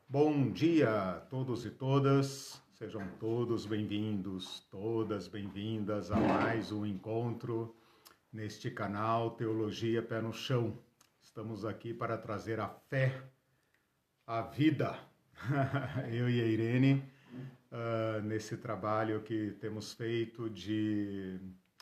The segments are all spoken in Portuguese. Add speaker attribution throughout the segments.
Speaker 1: Bom dia a todos e todas, sejam todos bem-vindos, todas bem-vindas a mais um encontro neste canal Teologia Pé no Chão. Estamos aqui para trazer a fé, a vida, eu e a Irene, nesse trabalho que temos feito de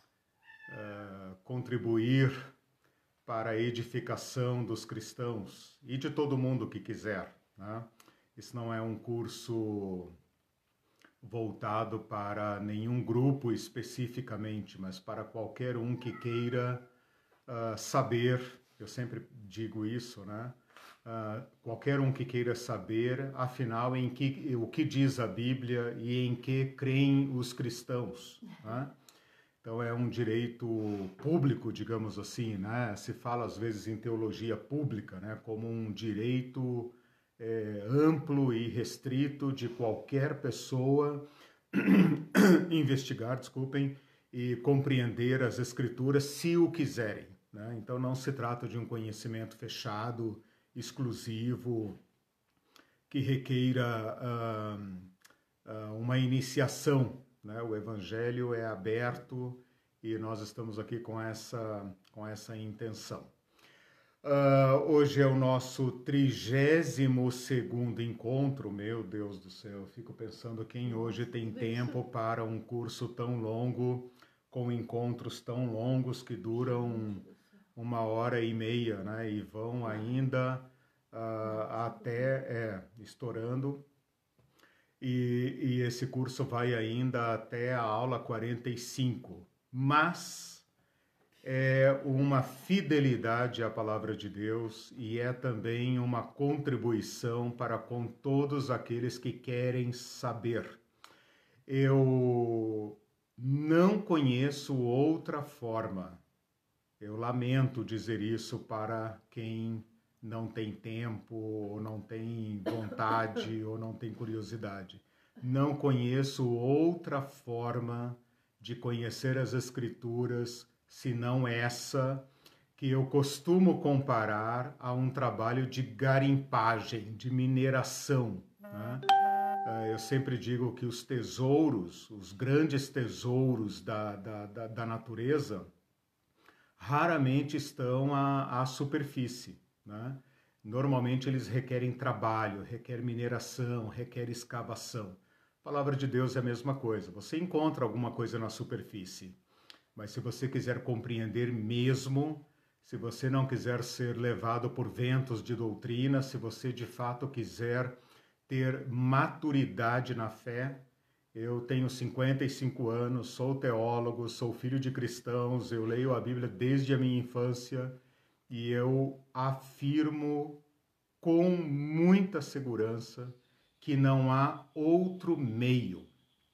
Speaker 1: contribuir para a edificação dos cristãos e de todo mundo que quiser, né? Isso não é um curso voltado para nenhum grupo especificamente, mas para qualquer um que queira saber, eu sempre digo isso, né? Qualquer um que queira saber, afinal, o que diz a Bíblia e em que creem os cristãos, né? Então é um direito público, digamos assim, né? Se fala às vezes em teologia pública, né? Como um direito amplo e restrito de qualquer pessoa investigar, desculpem, e compreender as escrituras se o quiserem, né? Então não se trata de um conhecimento fechado, exclusivo, que requeira uma iniciação, né? O Evangelho é aberto e nós estamos aqui com essa intenção. Hoje é o nosso 32º encontro. Meu Deus do céu, eu fico pensando quem hoje tem tempo para um curso tão longo, com encontros tão longos que duram 1h30, né? E vão ainda até, estourando, e esse curso vai ainda até a aula 45, mas é uma fidelidade à palavra de Deus e é também uma contribuição para com todos aqueles que querem saber. Eu não conheço outra forma, eu lamento dizer isso para quem não tem tempo, ou não tem vontade, ou não tem curiosidade. Não conheço outra forma de conhecer as Escrituras senão essa que eu costumo comparar a um trabalho de garimpagem, de mineração, né? Eu sempre digo que os tesouros, os grandes tesouros da natureza, raramente estão à superfície, né? Normalmente eles requerem trabalho, requer mineração, requer escavação. A palavra de Deus é a mesma coisa. Você encontra alguma coisa na superfície, mas se você quiser compreender mesmo, se você não quiser ser levado por ventos de doutrina, se você de fato quiser ter maturidade na fé, eu tenho 55 anos, sou teólogo, sou filho de cristãos, eu leio a Bíblia desde a minha infância e eu afirmo com muita segurança que não há outro meio.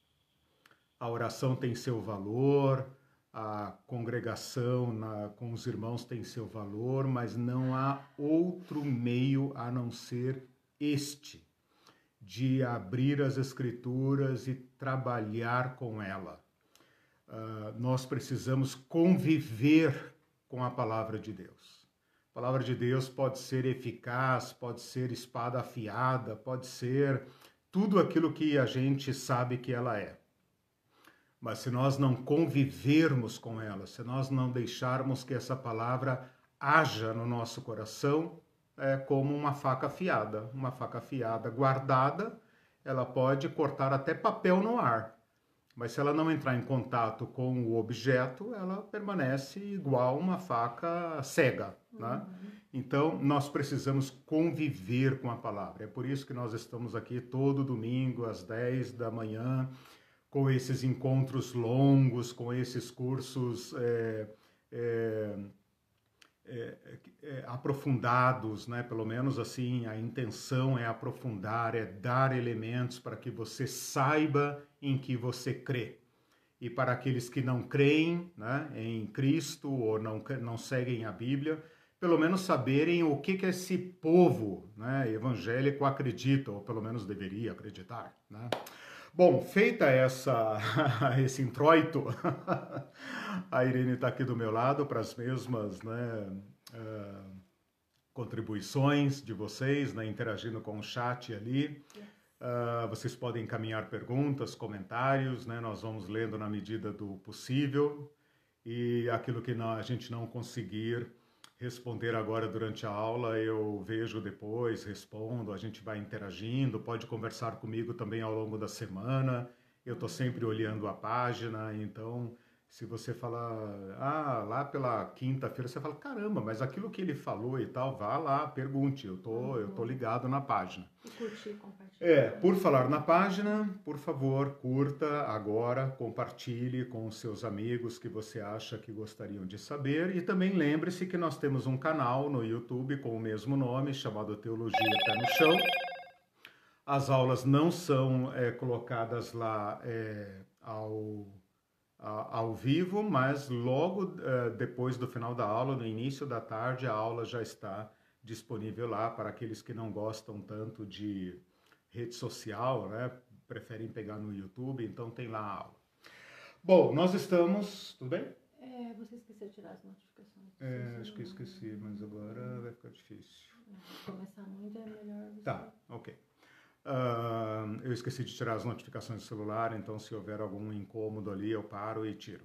Speaker 1: A oração tem seu valor, a congregação com os irmãos tem seu valor, mas não há outro meio a não ser este, de abrir as Escrituras e trabalhar com ela. Nós precisamos conviver com a palavra de Deus. A palavra de Deus pode ser eficaz, pode ser espada afiada, pode ser tudo aquilo que a gente sabe que ela é. Mas se nós não convivermos com ela, se nós não deixarmos que essa palavra haja no nosso coração, é como uma faca afiada. Uma faca afiada guardada, ela pode cortar até papel no ar. Mas se ela não entrar em contato com o objeto, ela permanece igual uma faca cega, né? Então, nós precisamos conviver com a palavra. É por isso que nós estamos aqui todo domingo, às 10 da manhã, com esses encontros longos, com esses cursos aprofundados, né? Pelo menos assim, a intenção é aprofundar, é dar elementos para que você saiba em que você crê. E para aqueles que não creem, né, em Cristo ou não seguem a Bíblia, pelo menos saberem o que esse povo, né, evangélico acredita, ou pelo menos deveria acreditar, né? Bom, feita esse introito, a Irene está aqui do meu lado para as mesmas, né, contribuições de vocês, né, interagindo com o chat ali. Vocês podem encaminhar perguntas, comentários, né? Nós vamos lendo na medida do possível. E aquilo que a gente não conseguir responder agora durante a aula, eu vejo depois, respondo, a gente vai interagindo, pode conversar comigo também ao longo da semana. Eu estou sempre olhando a página, então se você falar, lá pela quinta-feira, você fala, caramba, mas aquilo que ele falou e tal, vá lá, pergunte, eu tô ligado na página.
Speaker 2: E curtir, compartilhar.
Speaker 1: Por falar na página, por favor, curta agora, compartilhe com os seus amigos que você acha que gostariam de saber. E também lembre-se que nós temos um canal no YouTube com o mesmo nome, chamado Teologia Pé no Chão. As aulas não são colocadas lá ao vivo, mas logo depois do final da aula, no início da tarde, a aula já está disponível lá para aqueles que não gostam tanto de rede social, né? Preferem pegar no YouTube, então tem lá a aula. Bom, nós estamos... Tudo bem?
Speaker 2: Você esqueceu de tirar as notificações.
Speaker 1: Acho que esqueci, mas agora vai ficar difícil.
Speaker 2: Começar muito é melhor você...
Speaker 1: Tá, ok. Eu esqueci de tirar as notificações do celular, então se houver algum incômodo ali, eu paro e tiro.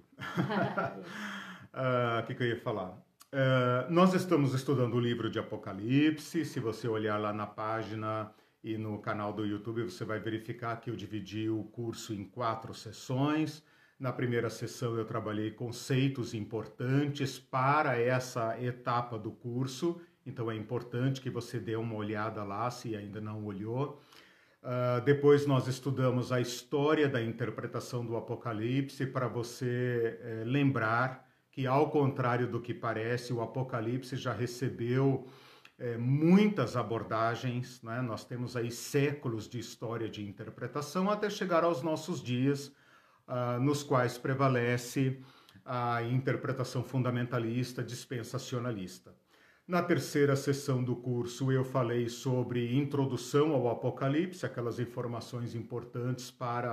Speaker 1: O que eu ia falar? Nós estamos estudando o livro de Apocalipse. Se você olhar lá na página e no canal do YouTube, você vai verificar que eu dividi o curso em 4 sessões. Na primeira sessão eu trabalhei conceitos importantes para essa etapa do curso, então é importante que você dê uma olhada lá se ainda não olhou. Depois nós estudamos a história da interpretação do Apocalipse para você lembrar que, ao contrário do que parece, o Apocalipse já recebeu muitas abordagens, né? Nós temos aí séculos de história de interpretação até chegar aos nossos dias, nos quais prevalece a interpretação fundamentalista, dispensacionalista. Na terceira sessão do curso eu falei sobre introdução ao Apocalipse, aquelas informações importantes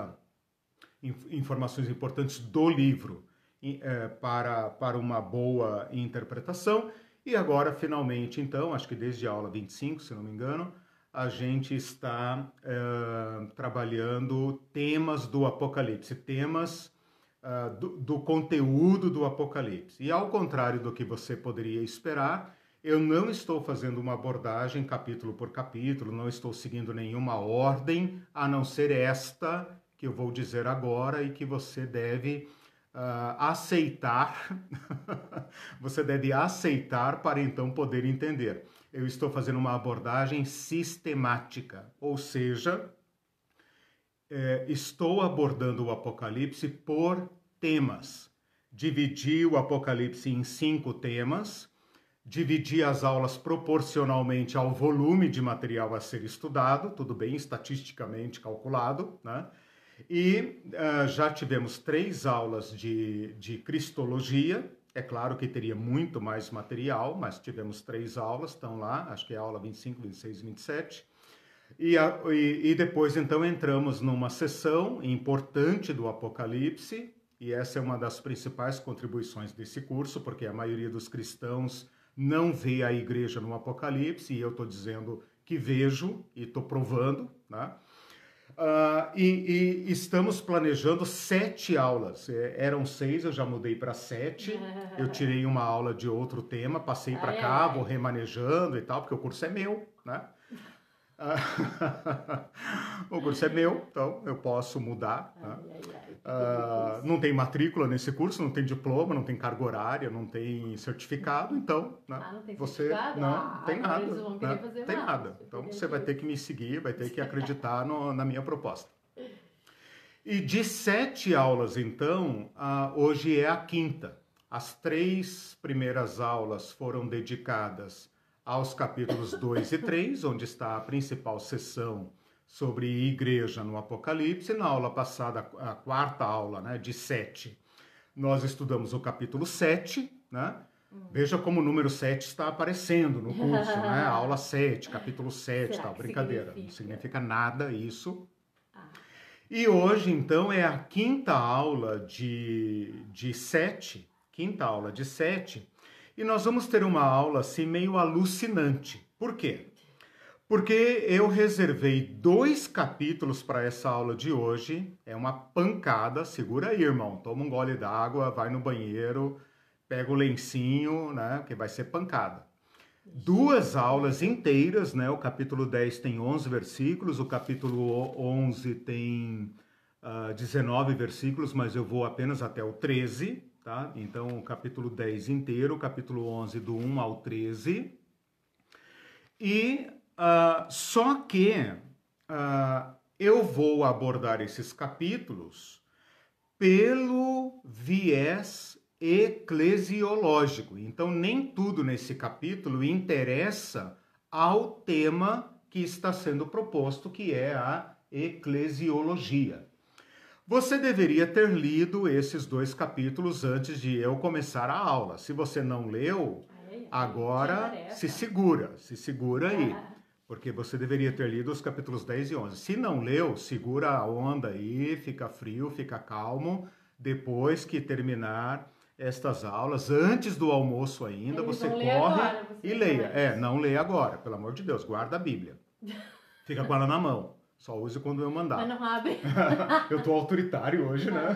Speaker 1: do livro para uma boa interpretação. E agora, finalmente, então, acho que desde a aula 25, se não me engano, a gente está trabalhando temas do Apocalipse, temas do conteúdo do Apocalipse. E ao contrário do que você poderia esperar, eu não estou fazendo uma abordagem capítulo por capítulo, não estou seguindo nenhuma ordem, a não ser esta que eu vou dizer agora e que você deve aceitar. Você deve aceitar para então poder entender. Eu estou fazendo uma abordagem sistemática, ou seja, estou abordando o Apocalipse por temas. Dividi o Apocalipse em 5 temas, dividi as aulas proporcionalmente ao volume de material a ser estudado, tudo bem, estatisticamente calculado, né? E já tivemos 3 aulas de Cristologia. É claro que teria muito mais material, mas tivemos 3 aulas, estão lá, acho que é a aula 25, 26 e 27. E depois, então, entramos numa sessão importante do Apocalipse, e essa é uma das principais contribuições desse curso, porque a maioria dos cristãos não vê a igreja no Apocalipse, e eu estou dizendo que vejo e estou provando, né? E estamos planejando 7 aulas. Eram 6, eu já mudei para 7. Eu tirei uma aula de outro tema, passei para cá, vou remanejando e tal, porque o curso é meu, né? O curso é meu, então eu posso mudar, né? Não tem matrícula nesse curso, não tem diploma, não tem carga horária, não tem certificado, então, né?
Speaker 2: Não tem
Speaker 1: você
Speaker 2: certificado?
Speaker 1: não tem nada,
Speaker 2: Eles vão querer fazer
Speaker 1: tem
Speaker 2: mais.
Speaker 1: nada. Então você vai ter que me seguir, vai ter que acreditar na minha proposta. E de 7 aulas, então, hoje é a 5ª. As 3 primeiras aulas foram dedicadas aos capítulos 2 e 3, onde está a principal sessão sobre igreja no Apocalipse. Na aula passada, a 4ª aula, né, de 7, nós estudamos o capítulo 7, né? Veja como o número 7 está aparecendo no curso, né? Aula 7, capítulo 7, tal, brincadeira. Não significa nada isso. E hoje, então, é a 5ª aula de 7, 5ª aula de 7, E nós vamos ter uma aula assim meio alucinante. Por quê? Porque eu reservei 2 capítulos para essa aula de hoje. É uma pancada. Segura aí, irmão. Toma um gole d'água, vai no banheiro, pega o lencinho, né? Que vai ser pancada. 2 aulas inteiras, né? O capítulo 10 tem 11 versículos, o capítulo 11 tem 19 versículos, mas eu vou apenas até o 13, tá? Então, o capítulo 10 inteiro, o capítulo 11 do 1 ao 13. E só que eu vou abordar esses capítulos pelo viés eclesiológico. Então, nem tudo nesse capítulo interessa ao tema que está sendo proposto, que é a eclesiologia. Você deveria ter lido esses 2 capítulos antes de eu começar a aula. Se você não leu, agora se segura aí. Porque você deveria ter lido os capítulos 10 e 11. Se não leu, segura a onda aí, fica frio, fica calmo. Depois que terminar estas aulas, antes do almoço ainda, você corre agora, e leia. Não leia agora, pelo amor de Deus, guarda a Bíblia. Fica com ela na mão. Só use quando eu mandar.
Speaker 2: Mas não abre.
Speaker 1: Eu tô autoritário hoje, né?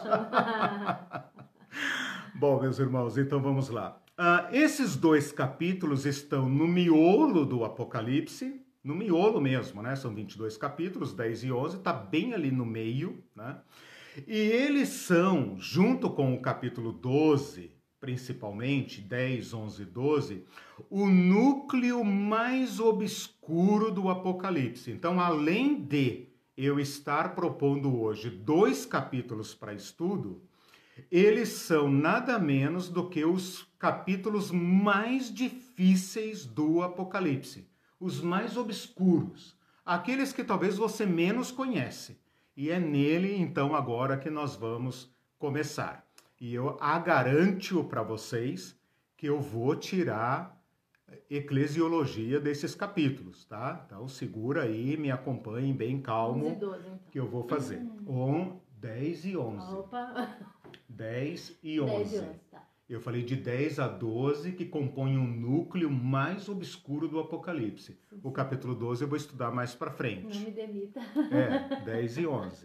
Speaker 1: Bom, meus irmãos, então vamos lá. Esses 2 capítulos estão no miolo do Apocalipse, no miolo mesmo, né? São 22 capítulos, 10 e 11, tá bem ali no meio, né? E eles são, junto com o capítulo 12, principalmente, 10, 11 e 12, o núcleo mais obscuro do Apocalipse. Então, além de eu estar propondo hoje 2 capítulos para estudo, eles são nada menos do que os capítulos mais difíceis do Apocalipse, os mais obscuros, aqueles que talvez você menos conhece. E é nele, então, agora que nós vamos começar. E eu garanto para vocês que eu vou tirar eclesiologia desses capítulos, tá? Então, segura aí, me acompanhem bem calmo,
Speaker 2: 11 e 12, então.
Speaker 1: Que eu vou fazer. 10 e 11.
Speaker 2: Opa!
Speaker 1: 10 e 11.
Speaker 2: 10 e 11, tá.
Speaker 1: Eu falei de 10 a 12, que compõem um núcleo mais obscuro do Apocalipse. O capítulo 12 eu vou estudar mais para frente.
Speaker 2: Não me demita.
Speaker 1: 10 e 11.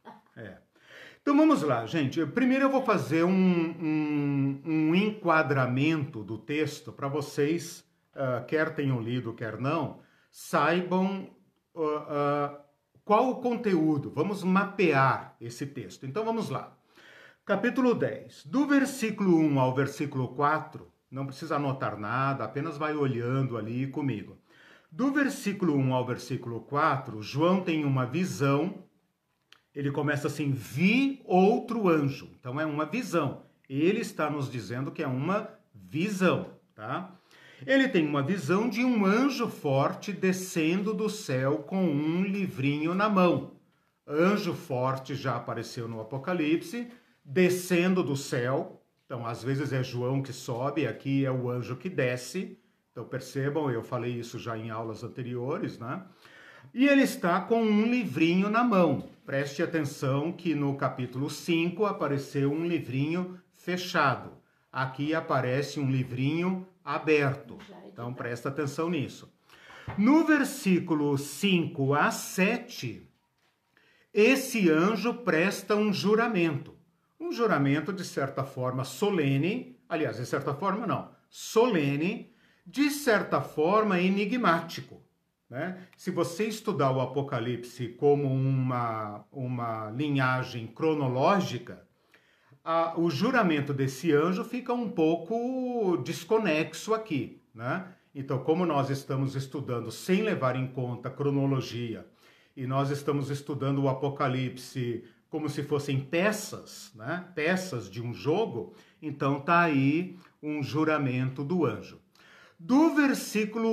Speaker 1: Então vamos lá, gente. Primeiro eu vou fazer um enquadramento do texto para vocês, quer tenham lido, quer não, saibam qual o conteúdo. Vamos mapear esse texto. Então vamos lá. Capítulo 10. Do versículo 1 ao versículo 4, não precisa anotar nada, apenas vai olhando ali comigo. Do versículo 1 ao versículo 4, João tem uma visão. Ele começa assim, vi outro anjo. Então é uma visão. Ele está nos dizendo que é uma visão, tá? Ele tem uma visão de um anjo forte descendo do céu com um livrinho na mão. Anjo forte já apareceu no Apocalipse, descendo do céu. Então, às vezes é João que sobe, aqui é o anjo que desce. Então, percebam, eu falei isso já em aulas anteriores, né? E ele está com um livrinho na mão. Preste atenção que no capítulo 5 apareceu um livrinho fechado. Aqui aparece um livrinho aberto. Então, presta atenção nisso. No versículo 5 a 7, esse anjo presta um juramento. Um juramento, de certa forma, solene. Aliás, de certa forma, não. Solene, de certa forma, enigmático. Né? Se você estudar o Apocalipse como uma linhagem cronológica, o juramento desse anjo fica um pouco desconexo aqui. Né? Então, como nós estamos estudando sem levar em conta cronologia, e nós estamos estudando o Apocalipse como se fossem peças, né? Peças de um jogo, então está aí um juramento do anjo. Do versículo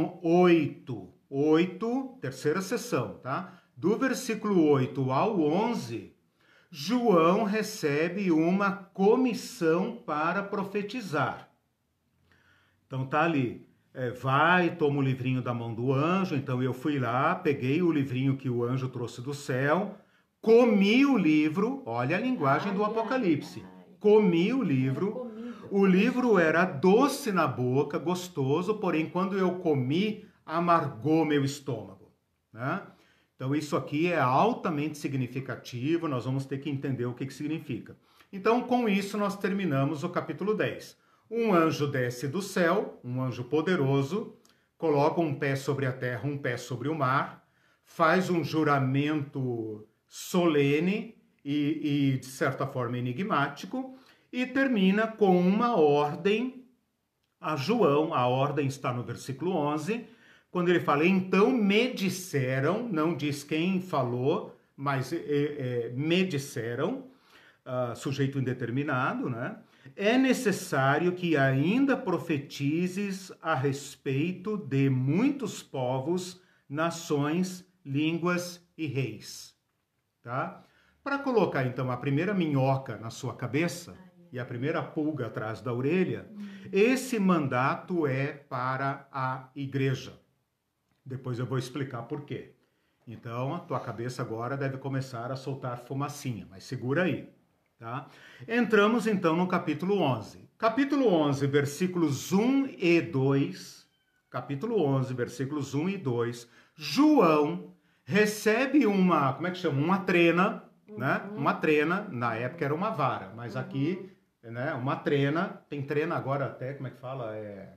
Speaker 1: 8, terceira sessão, tá? Do versículo 8 ao 11, João recebe uma comissão para profetizar. Então tá ali, vai, toma o livrinho da mão do anjo. Então eu fui lá, peguei o livrinho que o anjo trouxe do céu, comi o livro, olha a linguagem do Apocalipse, comi o livro, O livro era doce na boca, gostoso, porém quando eu comi, amargou meu estômago, né? Então isso aqui é altamente significativo, nós vamos ter que entender o que significa. Então com isso nós terminamos o capítulo 10. Um anjo desce do céu, um anjo poderoso, coloca um pé sobre a terra, um pé sobre o mar, faz um juramento solene e de certa forma enigmático, e termina com uma ordem a João. A ordem está no versículo 11, quando ele fala, então me disseram, não diz quem falou, mas me disseram, sujeito indeterminado, né? É necessário que ainda profetizes a respeito de muitos povos, nações, línguas e reis, tá? Para colocar, então, a primeira minhoca na sua cabeça e a primeira pulga atrás da orelha, esse mandato é para a igreja. Depois eu vou explicar por quê. Então, a tua cabeça agora deve começar a soltar fumacinha, mas segura aí, tá? Entramos, então, no capítulo 11. Capítulo 11, versículos 1 e 2. Capítulo 11, versículos 1 e 2. João recebe uma, como é que chama? Uma trena, né? Uma trena, na época era uma vara, mas aqui, né? Uma trena, tem trena agora até, como é que fala?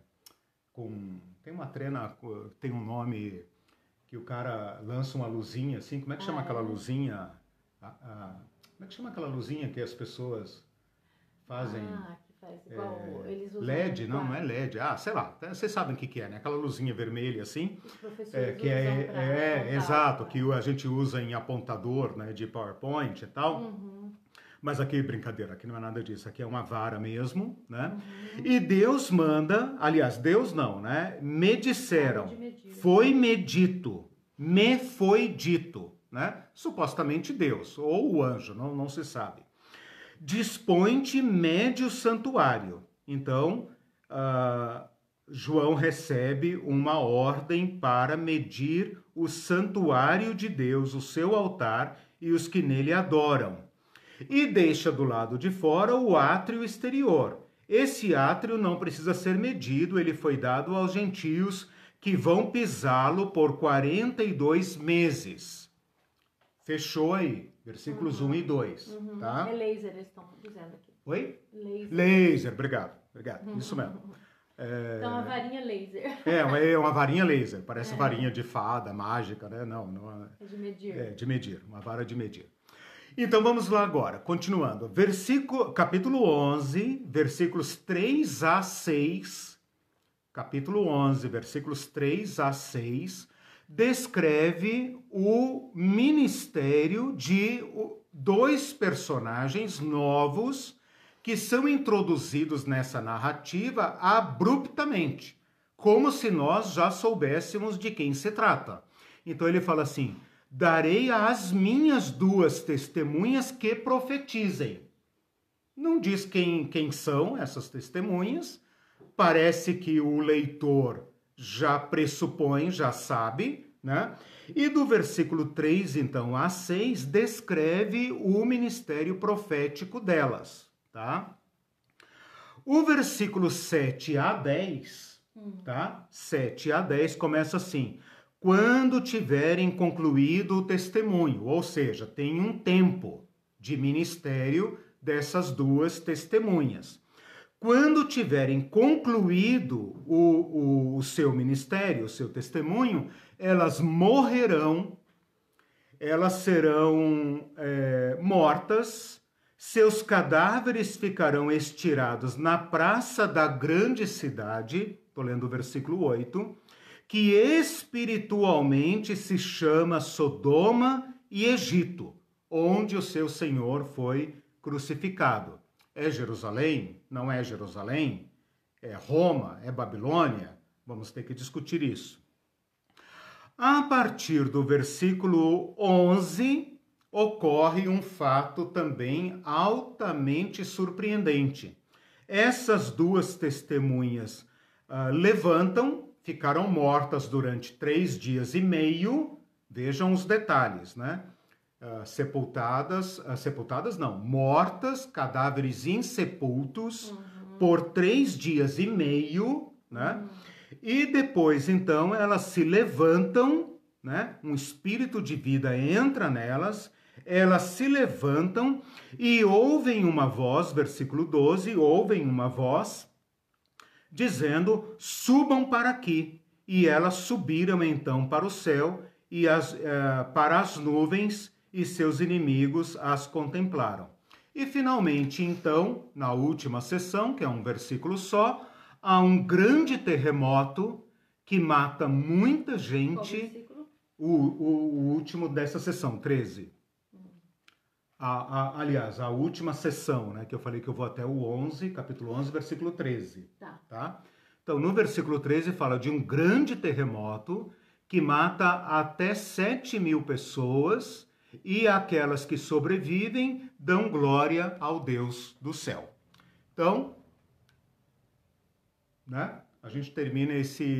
Speaker 1: Tem uma trena, tem um nome que o cara lança uma luzinha assim, como é que chama aquela luzinha? Como é que chama aquela luzinha que as pessoas fazem?
Speaker 2: Que faz igual eles usam.
Speaker 1: LED, não é LED. Sei lá, vocês sabem o que é, né? Aquela luzinha vermelha assim.
Speaker 2: Os professores
Speaker 1: que exato, que a gente usa em apontador, né, de PowerPoint e tal. Mas aqui, brincadeira, aqui não é nada disso, aqui é uma vara mesmo, né? E Deus manda, aliás, Deus não, né? Me disseram, foi-me dito, me foi dito, né? Supostamente Deus, ou o anjo, não se sabe. Dispõe-te, mede o santuário. Então, João recebe uma ordem para medir o santuário de Deus, o seu altar e os que nele adoram. E deixa do lado de fora o átrio exterior. Esse átrio não precisa ser medido, ele foi dado aos gentios que vão pisá-lo por 42 meses. Fechou aí, versículos 1 e 2. Tá?
Speaker 2: É laser, eles estão dizendo aqui.
Speaker 1: Oi?
Speaker 2: Laser,
Speaker 1: obrigado. Isso mesmo.
Speaker 2: Então, uma varinha laser.
Speaker 1: É uma varinha laser, parece varinha de fada, mágica, né? Não
Speaker 2: é de medir.
Speaker 1: É de medir, uma vara de medir. Então vamos lá agora, continuando. Capítulo 11, versículos 3 a 6. Capítulo 11, versículos 3 a 6, descreve o ministério de dois personagens novos que são introduzidos nessa narrativa abruptamente, como se nós já soubéssemos de quem se trata. Então ele fala assim, darei às minhas duas testemunhas que profetizem. Não diz quem são essas testemunhas, parece que o leitor já pressupõe, já sabe, né? E do versículo 3, então, a 6, descreve o ministério profético delas, tá? O versículo 7 a 10, tá? 7 a 10 começa assim, quando tiverem concluído o testemunho, ou seja, tem um tempo de ministério dessas duas testemunhas. Quando tiverem concluído o seu ministério, o seu testemunho, elas morrerão, elas serão mortas, seus cadáveres ficarão estirados na praça da grande cidade, estou lendo o versículo 8, que espiritualmente se chama Sodoma e Egito, onde o seu Senhor foi crucificado. É Jerusalém? Não é Jerusalém? É Roma? É Babilônia? Vamos ter que discutir isso. A partir do versículo 11, ocorre um fato também altamente surpreendente. Essas duas testemunhas levantam, ficaram mortas durante 3 dias e meio, vejam os detalhes, né? Mortas, cadáveres insepultos, por 3 dias e meio, né? E depois, então, elas se levantam, né? Um espírito de vida entra nelas, elas se levantam e ouvem uma voz, versículo 12, ouvem uma voz dizendo, subam para aqui. E elas subiram então para o céu e para as nuvens, e seus inimigos as contemplaram. E finalmente, então, na última sessão, que é um versículo só, há um grande terremoto que mata muita gente. O último dessa sessão, 13. Aliás, a última sessão, né, que eu falei que eu vou até o 11, capítulo 11, versículo 13. Tá? Então, no versículo 13 fala de um grande terremoto que mata até 7.000 pessoas e aquelas que sobrevivem dão glória ao Deus do céu. Então, né, a gente termina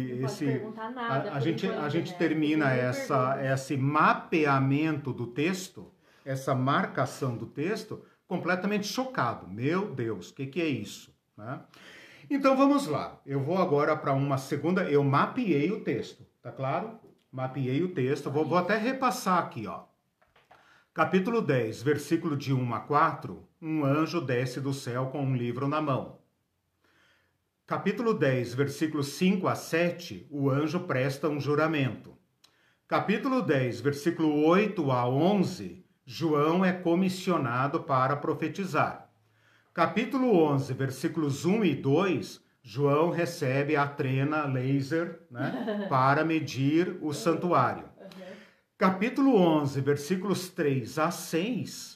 Speaker 1: a gente termina esse mapeamento do texto, essa marcação do texto, completamente chocado. Meu Deus, o que é isso? Né? Então vamos lá. Eu vou agora para uma segunda. Eu mapeei o texto, tá claro? Mapeei o texto. Vou até repassar aqui, ó. Capítulo 10, versículo de 1 a 4. Um anjo desce do céu com um livro na mão. Capítulo 10, versículos 5 a 7. O anjo presta um juramento. Capítulo 10, versículo 8 a 11. João é comissionado para profetizar. Capítulo 11, versículos 1 e 2, João recebe a trena laser, né, para medir o santuário. Capítulo 11, versículos 3 a 6,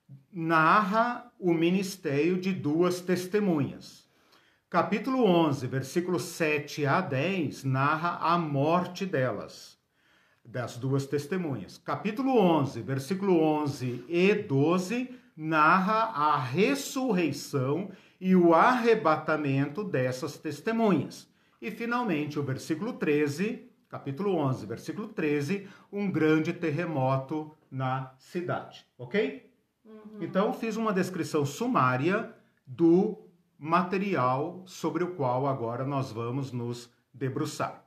Speaker 1: narra o ministério de 2 testemunhas. Capítulo 11, versículos 7 a 10, narra a morte delas, das 2 testemunhas. Capítulo 11, versículo 11 e 12, narra a ressurreição e o arrebatamento dessas testemunhas. E, finalmente, o versículo 13, capítulo 11, versículo 13, um grande terremoto na cidade, ok? Então, fiz uma descrição sumária do material sobre o qual agora nós vamos nos debruçar.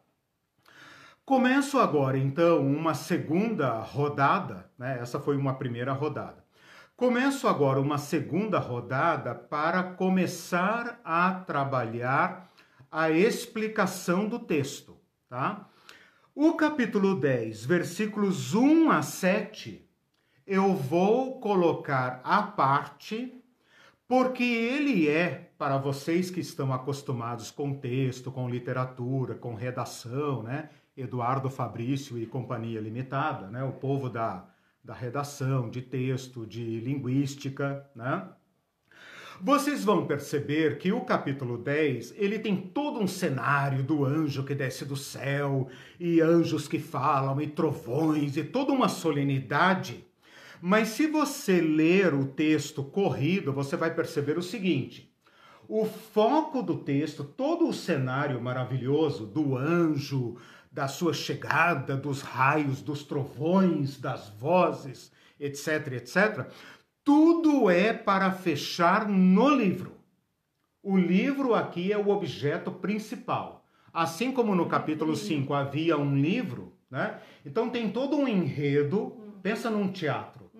Speaker 1: Começo agora, então, uma segunda rodada, né? Essa foi uma primeira rodada. Começo agora uma segunda rodada para começar a trabalhar a explicação do texto, tá? O capítulo 10, versículos 1 a 7, eu vou colocar à parte, porque ele é, para vocês que estão acostumados com texto, com literatura, com redação, né? Eduardo Fabrício e Companhia Limitada, né? O povo da redação, de texto, de linguística, né? Vocês vão perceber que o capítulo 10, ele tem todo um cenário do anjo que desce do céu, e anjos que falam, e trovões, e toda uma solenidade. Mas se você ler o texto corrido, você vai perceber o seguinte: o foco do texto, todo o cenário maravilhoso do anjo, da sua chegada, dos raios, dos trovões, das vozes, etc, etc, tudo é para fechar no livro. O livro aqui é o objeto principal. Assim como no capítulo 5 havia um livro, né? Então tem todo um enredo, pensa num teatro.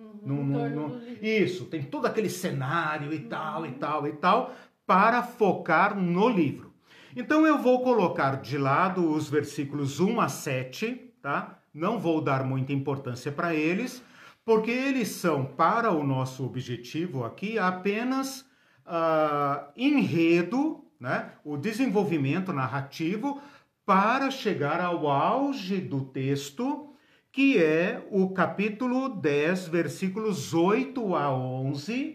Speaker 1: Isso, tem todo aquele cenário e tal, e tal, e tal, para focar no livro. Então eu vou colocar de lado os versículos 1 a 7, tá? Não vou dar muita importância para eles, porque eles são, para o nosso objetivo aqui, apenas enredo, né? O desenvolvimento narrativo para chegar ao auge do texto, que é o capítulo 10, versículos 8 a 11,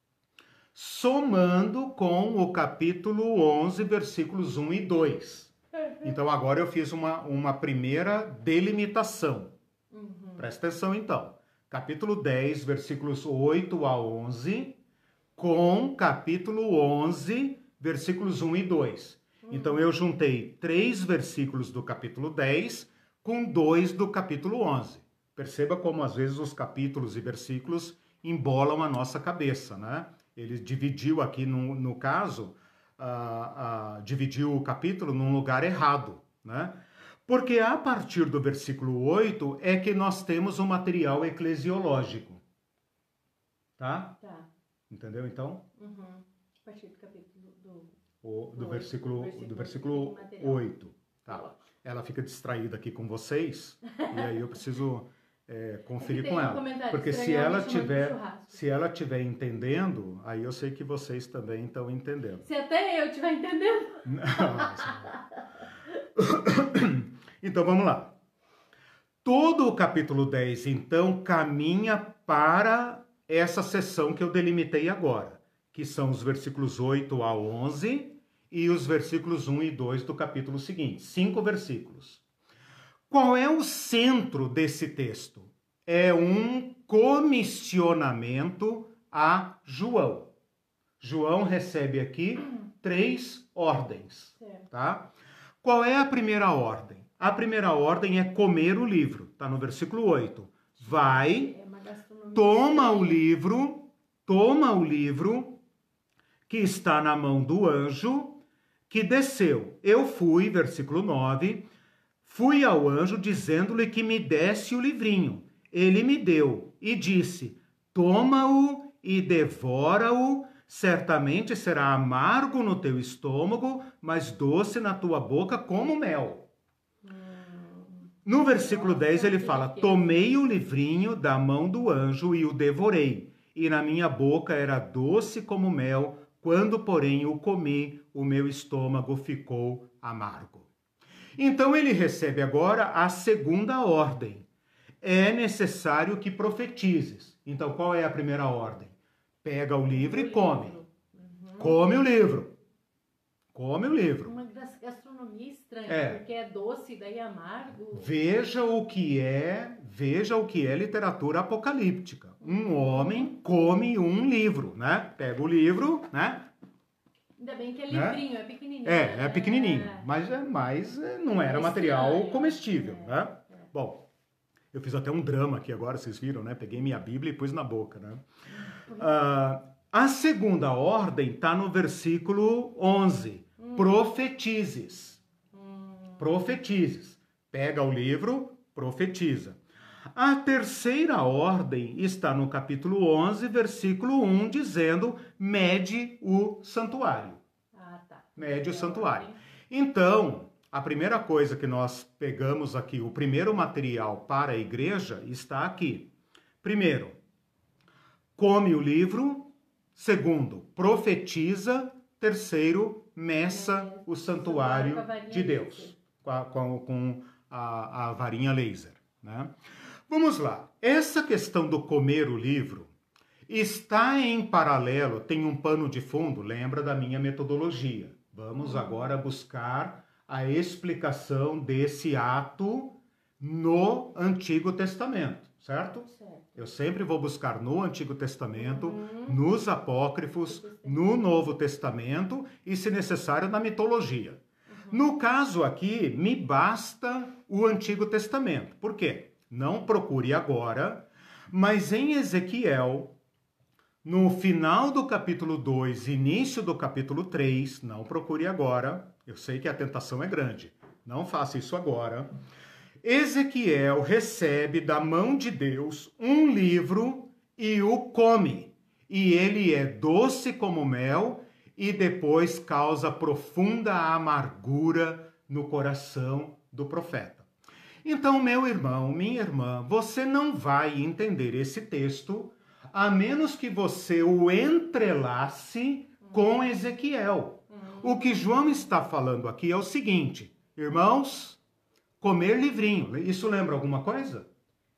Speaker 1: somando com o capítulo 11, versículos 1 e 2. Então, agora eu fiz uma primeira delimitação. Presta atenção, então. Capítulo 10, versículos 8 a 11, com capítulo 11, versículos 1 e 2. Então, eu juntei 3 versículos do capítulo 10 com 2 do capítulo 11. Perceba como, às vezes, os capítulos e versículos embolam a nossa cabeça, né? Ele dividiu aqui, no caso, dividiu o capítulo num lugar errado, né? Porque a partir do versículo 8 é que nós temos o material eclesiológico. Tá?
Speaker 2: Tá.
Speaker 1: Entendeu, então?
Speaker 2: Uhum. A partir do capítulo
Speaker 1: do versículo 8. Tá. Ela fica distraída aqui com vocês, e aí eu preciso conferir com ela. Porque se ela tiver entendendo, aí eu sei que vocês também estão entendendo.
Speaker 2: Se até eu estiver entendendo.
Speaker 1: Então vamos lá. Todo o capítulo 10, então, caminha para essa seção que eu delimitei agora, que são os versículos 8 a 11 e os versículos 1 e 2 do capítulo seguinte. 5 versículos. Qual é o centro desse texto? É um comissionamento a João. João recebe aqui 3 ordens, tá? Qual é a primeira ordem? A primeira ordem é comer o livro, tá no versículo 8. Vai, toma o livro que está na mão do anjo que desceu. Eu fui, versículo 9, fui ao anjo dizendo-lhe que me desse o livrinho. Ele me deu e disse, toma-o e devora-o, certamente será amargo no teu estômago, mas doce na tua boca como mel. No versículo 10 ele fala, tomei o livrinho da mão do anjo e o devorei, e na minha boca era doce como mel, quando porém o comi, o meu estômago ficou amargo. Então ele recebe agora a segunda ordem. É necessário que profetizes. Então qual é a primeira ordem? Pega o livro e come. Come o livro. Come o livro.
Speaker 2: Uma gastronomia estranha, porque é doce, daí é amargo.
Speaker 1: Veja o que é literatura apocalíptica. Um homem come um livro, né? Pega o livro, né?
Speaker 2: Ainda bem que é livrinho, né? É pequenininho.
Speaker 1: É pequenininho, mas não era material comestível, né? Bom, eu fiz até um drama aqui agora, vocês viram, né? Peguei minha Bíblia e pus na boca, né? A segunda ordem está no versículo 11. Profetizes. Profetizes. Pega o livro, profetiza. A terceira ordem está no capítulo 11, versículo 1, dizendo, mede o santuário.
Speaker 2: Tá.
Speaker 1: Mede o santuário. Então, a primeira coisa que nós pegamos aqui, o primeiro material para a igreja, está aqui. Primeiro, come o livro. Segundo, profetiza. Terceiro, meça o santuário de Deus. Com a varinha laser, né? Vamos lá. Essa questão do comer o livro está em paralelo, tem um pano de fundo, lembra da minha metodologia. Vamos agora buscar a explicação desse ato no Antigo Testamento, certo? Eu sempre vou buscar no Antigo Testamento, nos apócrifos, no Novo Testamento e, se necessário, na mitologia. No caso aqui, me basta o Antigo Testamento. Por quê? Não procure agora, mas em Ezequiel, no final do capítulo 2, início do capítulo 3, não procure agora, eu sei que a tentação é grande, não faça isso agora. Ezequiel recebe da mão de Deus um livro e o come. E ele é doce como mel e depois causa profunda amargura no coração do profeta. Então, meu irmão, minha irmã, você não vai entender esse texto a menos que você o entrelace com Ezequiel. O que João está falando aqui é o seguinte, irmãos, comer livrinho, isso lembra alguma coisa?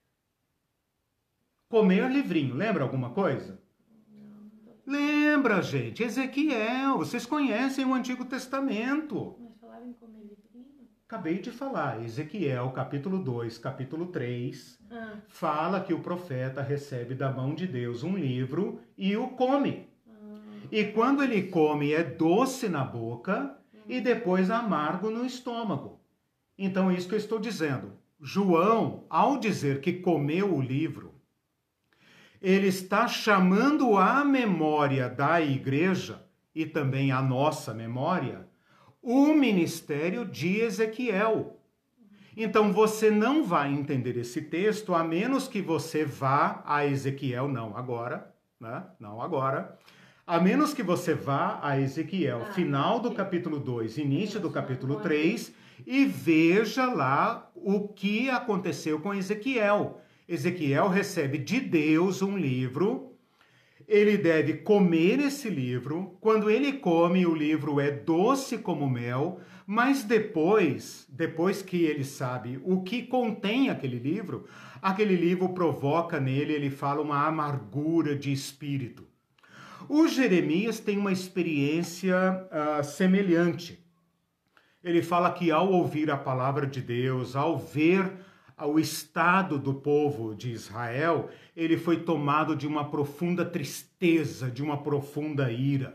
Speaker 1: Comer livrinho, lembra alguma coisa? Lembra, gente, Ezequiel, vocês conhecem o Antigo Testamento.
Speaker 2: Mas falaram em comer livrinho?
Speaker 1: Acabei de falar, Ezequiel, capítulo 2, capítulo 3, fala que o profeta recebe da mão de Deus um livro e o come. E quando ele come, é doce na boca e depois amargo no estômago. Então, é isso que eu estou dizendo. João, ao dizer que comeu o livro, ele está chamando à memória da igreja e também à nossa memória o ministério de Ezequiel. Então você não vai entender esse texto a menos que você vá a Ezequiel, não agora, né? Não agora. A menos que você vá a Ezequiel, final do capítulo 2, início do capítulo 3, e veja lá o que aconteceu com Ezequiel. Ezequiel recebe de Deus um livro, ele deve comer esse livro. Quando ele come, o livro é doce como mel, mas depois que ele sabe o que contém aquele livro provoca nele, ele fala, uma amargura de espírito. O Jeremias tem uma experiência semelhante. Ele fala que ao ouvir a palavra de Deus, ao ver o estado do povo de Israel, ele foi tomado de uma profunda tristeza, de uma profunda ira.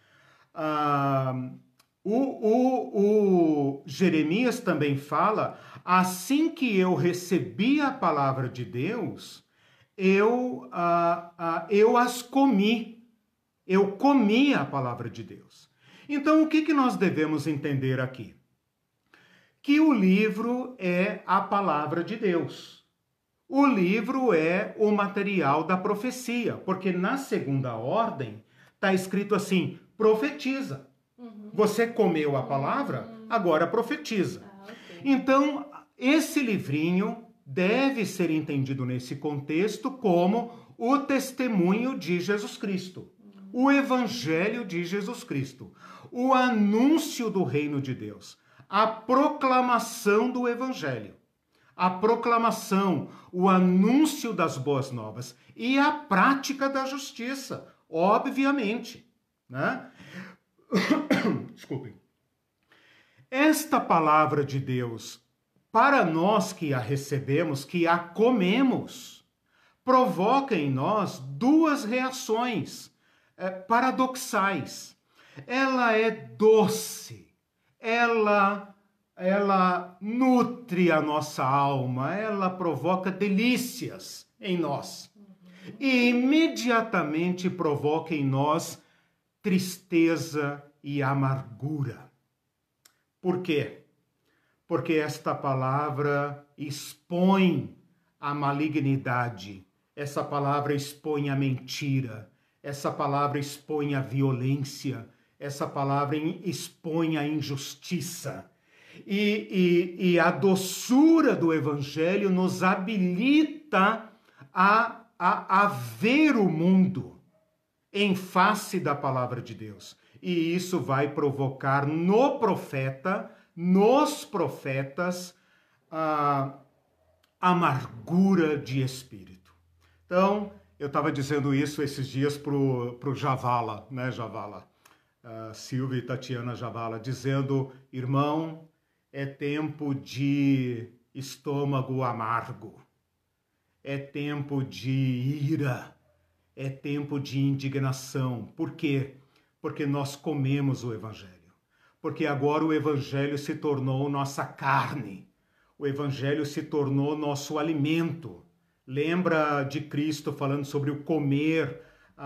Speaker 1: O Jeremias também fala, assim que eu recebi a palavra de Deus, eu as comi. Eu comi a palavra de Deus. Então, o que nós devemos entender aqui? Que o livro é a palavra de Deus. O livro é o material da profecia, porque na segunda ordem está escrito assim, profetiza. Você comeu a palavra, agora profetiza. Okay. Então, esse livrinho deve ser entendido nesse contexto como o testemunho de Jesus Cristo. O evangelho de Jesus Cristo, o anúncio do reino de Deus, a proclamação do evangelho, a proclamação, o anúncio das boas novas e a prática da justiça, obviamente, né? Desculpem. Esta palavra de Deus, para nós que a recebemos, que a comemos, provoca em nós duas reações paradoxais. Ela é doce, ela nutre a nossa alma, ela provoca delícias em nós. E imediatamente provoca em nós tristeza e amargura. Por quê? Porque esta palavra expõe a malignidade, essa palavra expõe a mentira, essa palavra expõe a violência, essa palavra expõe a injustiça. E a doçura do evangelho nos habilita a ver o mundo em face da palavra de Deus. E isso vai provocar nos profetas, amargura de espírito. Então, eu estava dizendo isso esses dias pro Javala, né, Javala? Silvia e Tatiana Javala, dizendo, irmão, é tempo de estômago amargo, é tempo de ira, é tempo de indignação. Por quê? Porque nós comemos o evangelho. Porque agora o evangelho se tornou nossa carne. O evangelho se tornou nosso alimento. Lembra de Cristo falando sobre o comer,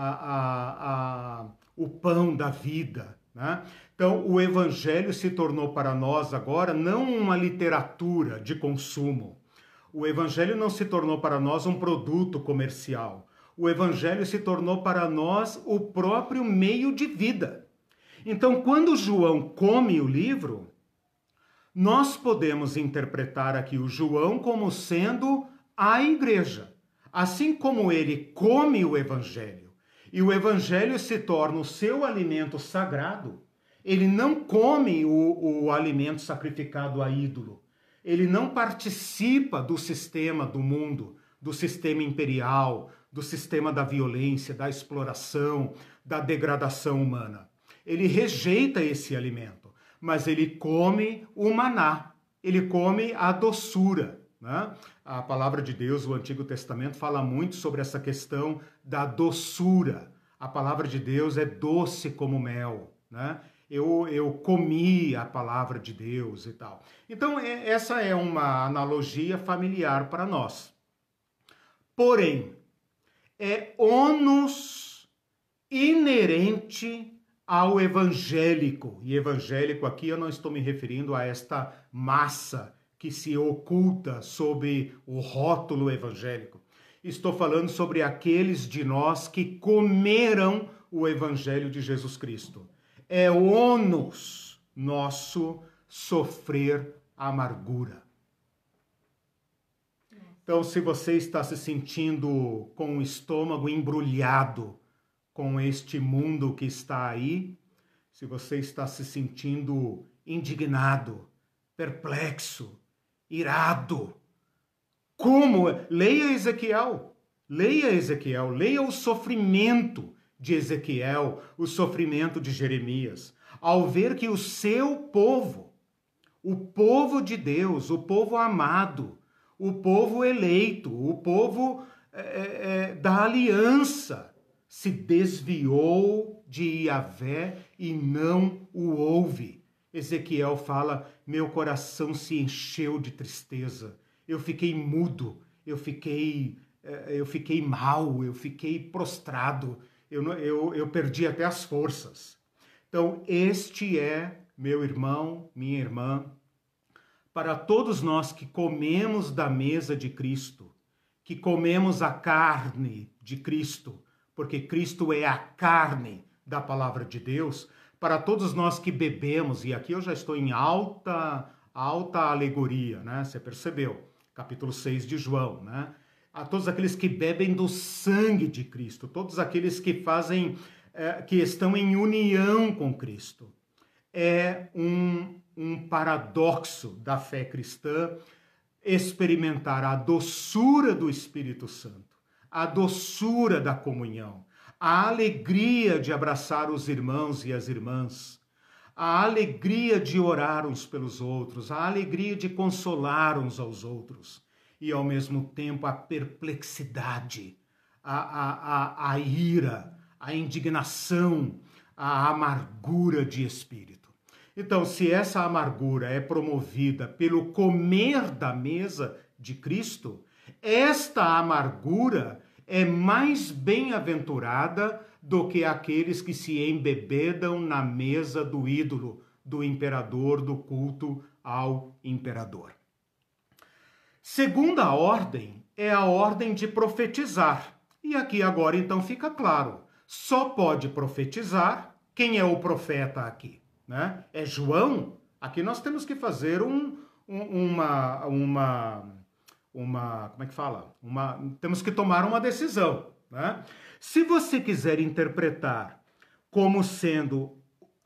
Speaker 1: o pão da vida, né? Então, o evangelho se tornou para nós agora não uma literatura de consumo. O evangelho não se tornou para nós um produto comercial. O evangelho se tornou para nós o próprio meio de vida. Então, quando João come o livro, nós podemos interpretar aqui o João como sendo a igreja. Assim como ele come o evangelho, e o evangelho se torna o seu alimento sagrado, ele não come o alimento sacrificado a ídolo. Ele não participa do sistema do mundo, do sistema imperial, do sistema da violência, da exploração, da degradação humana. Ele rejeita esse alimento, mas ele come o maná, ele come a doçura, né? A palavra de Deus, o Antigo Testamento, fala muito sobre essa questão da doçura. A palavra de Deus é doce como mel, né? Eu comi a palavra de Deus e tal. Então, essa é uma analogia familiar para nós. Porém, é ônus inerente ao evangélico. E evangélico aqui eu não estou me referindo a esta massa que se oculta sob o rótulo evangélico. Estou falando sobre aqueles de nós que comeram o evangelho de Jesus Cristo. É ônus nosso sofrer amargura. Então, se você está se sentindo com o estômago embrulhado com este mundo que está aí, se você está se sentindo indignado, perplexo, irado, como? Leia Ezequiel, leia o sofrimento de Ezequiel, o sofrimento de Jeremias, ao ver que o seu povo, o povo de Deus, o povo amado, o povo eleito, o povo da aliança, se desviou de Yahvé e não o ouve. Ezequiel fala, meu coração se encheu de tristeza, eu fiquei mudo, eu fiquei mal, eu fiquei prostrado, eu perdi até as forças. Então, este é, meu irmão, minha irmã, para todos nós que comemos da mesa de Cristo, que comemos a carne de Cristo, porque Cristo é a carne da palavra de Deus, para todos nós que bebemos, e aqui eu já estou em alta alegoria, né? Você percebeu? Capítulo 6 de João, né? A todos aqueles que bebem do sangue de Cristo, todos aqueles que fazem, que estão em união com Cristo. É um paradoxo da fé cristã experimentar a doçura do Espírito Santo, a doçura da comunhão, a alegria de abraçar os irmãos e as irmãs, a alegria de orar uns pelos outros, a alegria de consolar uns aos outros, e ao mesmo tempo a perplexidade, a ira, a indignação, a amargura de espírito. Então, se essa amargura é promovida pelo comer da mesa de Cristo, esta amargura é mais bem-aventurada do que aqueles que se embebedam na mesa do ídolo, do imperador, do culto ao imperador. Segunda ordem é a ordem de profetizar. E aqui agora então fica claro, só pode profetizar quem é o profeta aqui, né? É João? Aqui nós temos que fazer como é que fala? Temos que tomar uma decisão, né? Se você quiser interpretar como sendo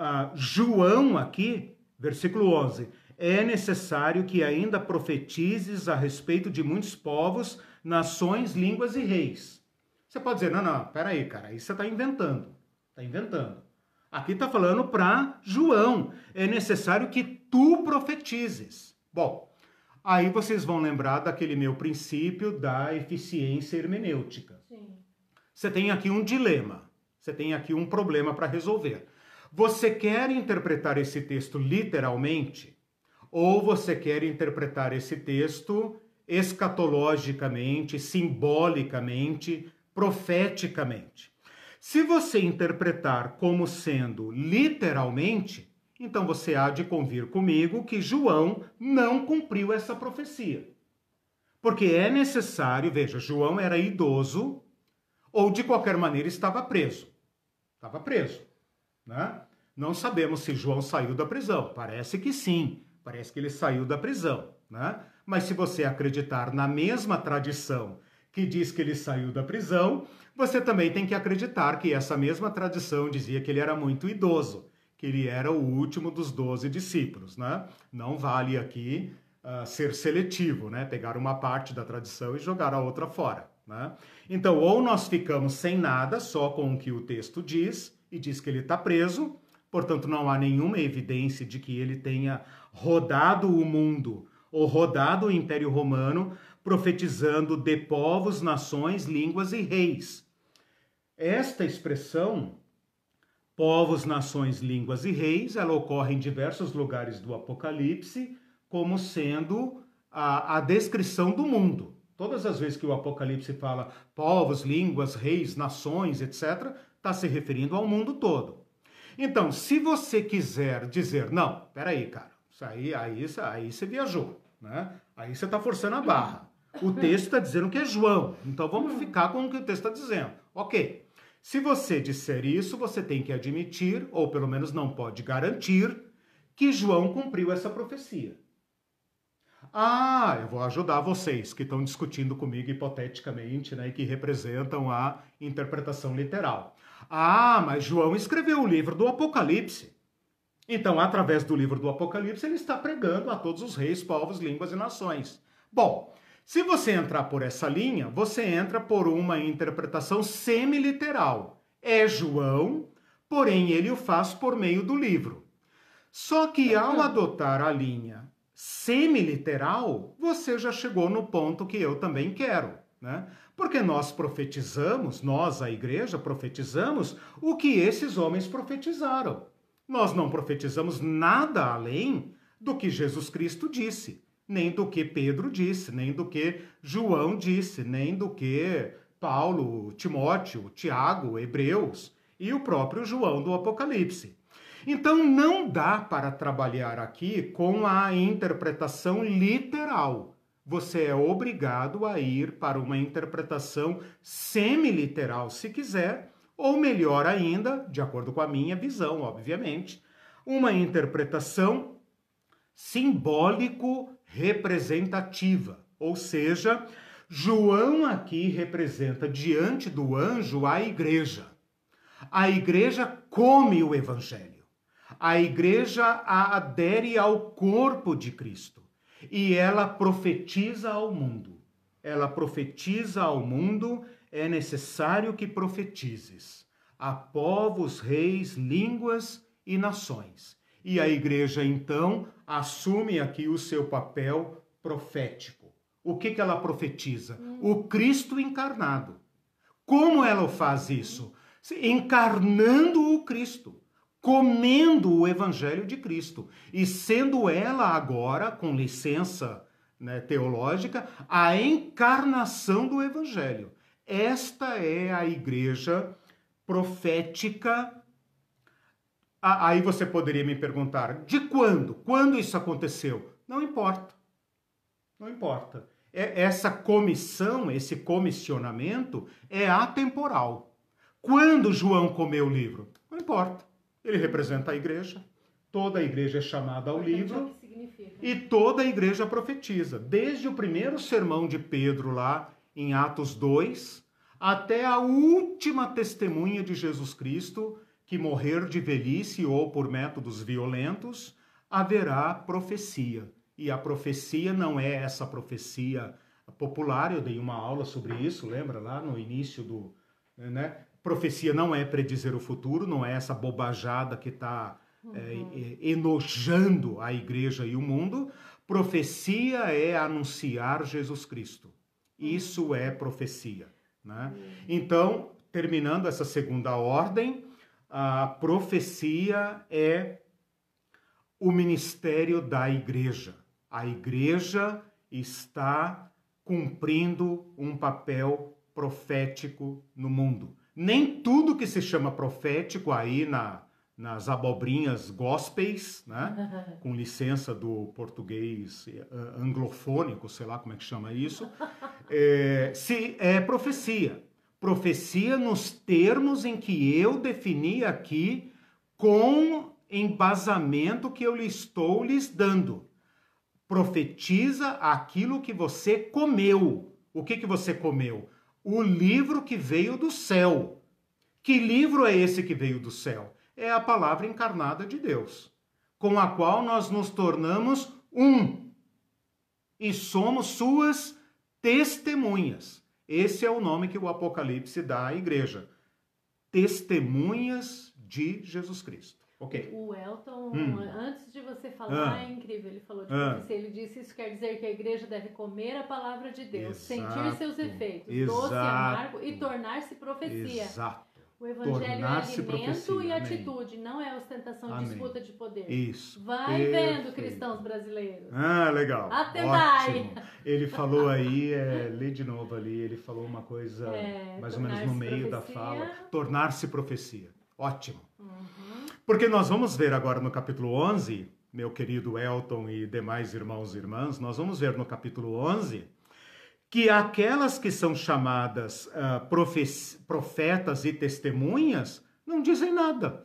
Speaker 1: João aqui, versículo 11, é necessário que ainda profetizes a respeito de muitos povos, nações, línguas e reis. Você pode dizer, não, peraí, cara, aí você está inventando. Está inventando. Aqui está falando para João. É necessário que tu profetizes. Bom, aí vocês vão lembrar daquele meu princípio da eficiência hermenêutica. Sim. Você tem aqui um dilema. Você tem aqui um problema para resolver. Você quer interpretar esse texto literalmente? Ou você quer interpretar esse texto escatologicamente, simbolicamente, profeticamente? Se você interpretar como sendo literalmente, então você há de convir comigo que João não cumpriu essa profecia. Porque é necessário, veja, João era idoso ou de qualquer maneira estava preso. Estava preso, né? Não sabemos se João saiu da prisão. Parece que sim, parece que ele saiu da prisão, né? Mas se você acreditar na mesma tradição que diz que ele saiu da prisão, você também tem que acreditar que essa mesma tradição dizia que ele era muito idoso, que ele era o último dos 12 discípulos, né? Não vale aqui ser seletivo, né? Pegar uma parte da tradição e jogar a outra fora, né? Então, ou nós ficamos sem nada, só com o que o texto diz, e diz que ele está preso, portanto não há nenhuma evidência de que ele tenha rodado o mundo ou rodado o Império Romano, profetizando de povos, nações, línguas e reis. Esta expressão, povos, nações, línguas e reis, ela ocorre em diversos lugares do Apocalipse, como sendo a descrição do mundo. Todas as vezes que o Apocalipse fala povos, línguas, reis, nações, etc., está se referindo ao mundo todo. Então, se você quiser dizer, não, peraí, cara, isso aí você viajou, né? Aí você está forçando a barra. O texto está dizendo que é João, então vamos ficar com o que o texto está dizendo. Ok. Se você disser isso, você tem que admitir, ou pelo menos não pode garantir, que João cumpriu essa profecia. Eu vou ajudar vocês que estão discutindo comigo hipoteticamente, né, e que representam a interpretação literal. Mas João escreveu o livro do Apocalipse. Então, através do livro do Apocalipse, ele está pregando a todos os reis, povos, línguas e nações. Bom, se você entrar por essa linha, você entra por uma interpretação semi-literal. É João, porém ele o faz por meio do livro. Só que ao adotar a linha semi-literal, você já chegou no ponto que eu também quero, né? Porque nós profetizamos, nós, a igreja, profetizamos o que esses homens profetizaram. Nós não profetizamos nada além do que Jesus Cristo disse, nem do que Pedro disse, nem do que João disse, nem do que Paulo, Timóteo, Tiago, Hebreus e o próprio João do Apocalipse. Então não dá para trabalhar aqui com a interpretação literal. Você é obrigado a ir para uma interpretação semi-literal, se quiser, ou melhor ainda, de acordo com a minha visão, obviamente, uma interpretação simbólico-representativa. Ou seja, João aqui representa diante do anjo a igreja. A igreja come o evangelho. A igreja adere ao corpo de Cristo e ela profetiza ao mundo. Ela profetiza ao mundo, é necessário que profetizes a povos, reis, línguas e nações. E a igreja, então, assume aqui o seu papel profético. O que ela profetiza? O Cristo encarnado. Como ela faz isso? Encarnando o Cristo, comendo o Evangelho de Cristo e sendo ela agora, com licença, né, teológica, a encarnação do Evangelho. Esta é a igreja profética. Aí você poderia me perguntar, de quando? Quando isso aconteceu? Não importa. Não importa. Essa comissão, esse comissionamento é atemporal. Quando João comeu o livro? Não importa. Ele representa a igreja, toda a igreja é chamada ao livro e toda a igreja profetiza. Desde o primeiro sermão de Pedro lá em Atos 2, até a última testemunha de Jesus Cristo, que morrer de velhice ou por métodos violentos, haverá profecia. E a profecia não é essa profecia popular, eu dei uma aula sobre isso, lembra lá no início do... né? Profecia não é predizer o futuro, não é essa bobajada que está enojando a igreja e o mundo. Profecia é anunciar Jesus Cristo. Isso é profecia, né? Então, terminando essa segunda ordem, a profecia é o ministério da igreja. A igreja está cumprindo um papel profético no mundo. Nem tudo que se chama profético aí nas abobrinhas gospels, né? Com licença do português anglofônico, sei lá como é que chama isso, é profecia. Profecia nos termos em que eu defini aqui com embasamento que eu estou lhes dando. Profetiza aquilo que você comeu. O que você comeu? O livro que veio do céu. Que livro é esse que veio do céu? É a palavra encarnada de Deus, com a qual nós nos tornamos um e somos suas testemunhas. Esse é o nome que o Apocalipse dá à igreja. Testemunhas de Jesus Cristo. Ok.
Speaker 2: O Elton, antes de você falar, é incrível, ele falou de profecia, ele disse, isso quer dizer que a igreja deve comer a palavra de Deus, sentir seus efeitos, doce e amargo, e tornar-se profecia.
Speaker 1: Exato.
Speaker 2: O evangelho é alimento e atitude, não é ostentação e disputa de poder.
Speaker 1: Isso.
Speaker 2: Vai vendo, cristãos brasileiros.
Speaker 1: Legal.
Speaker 2: Atendai.
Speaker 1: Ele falou aí, lê de novo ali, ele falou uma coisa mais ou menos no meio da fala. Tornar-se profecia. Ótimo. Porque nós vamos ver agora no capítulo 11, meu querido Elton e demais irmãos e irmãs, nós vamos ver no capítulo 11 que aquelas que são chamadas profetas e testemunhas não dizem nada.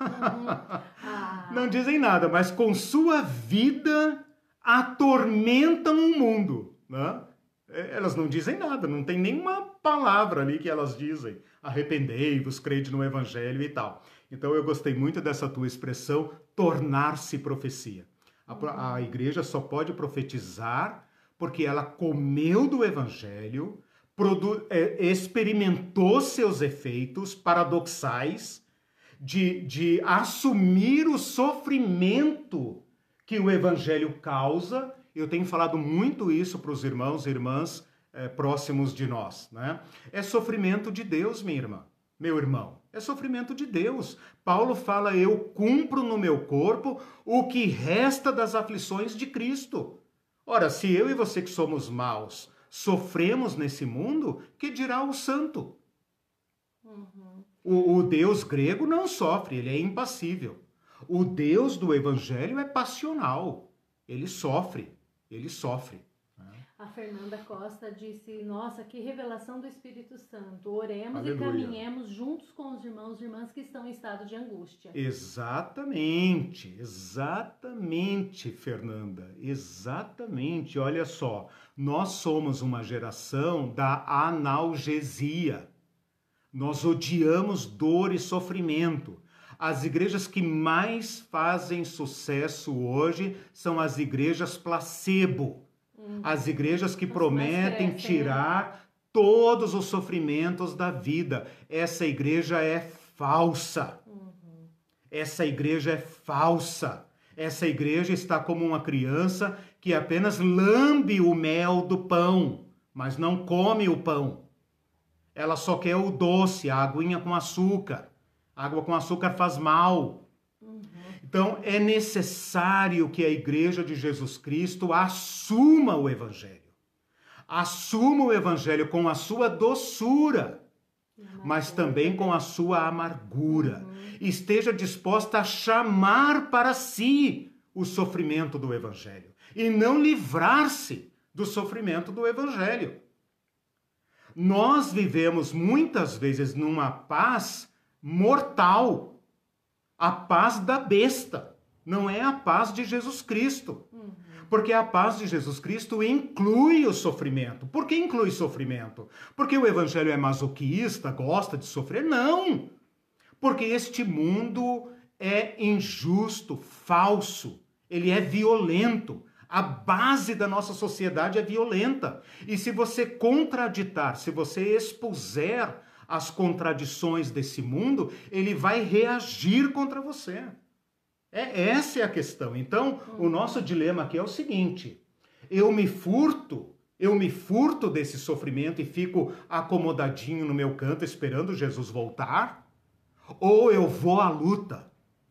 Speaker 1: Não dizem nada, mas com sua vida atormentam o mundo, né? Elas não dizem nada, não tem nenhuma palavra ali que elas dizem. Arrependei-vos, crede no evangelho e tal. Então eu gostei muito dessa tua expressão, tornar-se profecia. A igreja só pode profetizar porque ela comeu do evangelho, experimentou seus efeitos paradoxais de assumir o sofrimento que o evangelho causa. Eu tenho falado muito isso para os irmãos e irmãs próximos de nós, né? É sofrimento de Deus, minha irmã, meu irmão. É sofrimento de Deus. Paulo fala, eu cumpro no meu corpo o que resta das aflições de Cristo. Ora, se eu e você que somos maus sofremos nesse mundo, que dirá o santo? O Deus grego não sofre, ele é impassível. O Deus do evangelho é passional. Ele sofre.
Speaker 2: A Fernanda Costa disse, nossa, que revelação do Espírito Santo. Oremos
Speaker 1: Aleluia.
Speaker 2: E caminhemos juntos com os irmãos e irmãs que estão em estado de angústia.
Speaker 1: Exatamente, Fernanda. Exatamente. Olha só, nós somos uma geração da analgesia. Nós odiamos dor e sofrimento. As igrejas que mais fazem sucesso hoje são as igrejas placebo. As igrejas que prometem tirar todos os sofrimentos da vida. Essa igreja é falsa. Essa igreja é falsa. Essa igreja está como uma criança que apenas lambe o mel do pão, mas não come o pão. Ela só quer o doce, a aguinha com açúcar. A água com açúcar faz mal. Então, é necessário que a Igreja de Jesus Cristo assuma o Evangelho. Assuma o Evangelho com a sua doçura, mas também com a sua amargura. Esteja disposta a chamar para si o sofrimento do Evangelho e não livrar-se do sofrimento do Evangelho. Nós vivemos muitas vezes numa paz mortal. A paz da besta, não é a paz de Jesus Cristo. Porque a paz de Jesus Cristo inclui o sofrimento. Por que inclui sofrimento? Porque o evangelho é masoquista, gosta de sofrer? Não! Porque este mundo é injusto, falso, ele é violento. A base da nossa sociedade é violenta. E se você contraditar, se você expuser as contradições desse mundo, ele vai reagir contra você. Essa é a questão. Então, o nosso dilema aqui é o seguinte: eu me furto desse sofrimento e fico acomodadinho no meu canto esperando Jesus voltar? Ou eu vou à luta,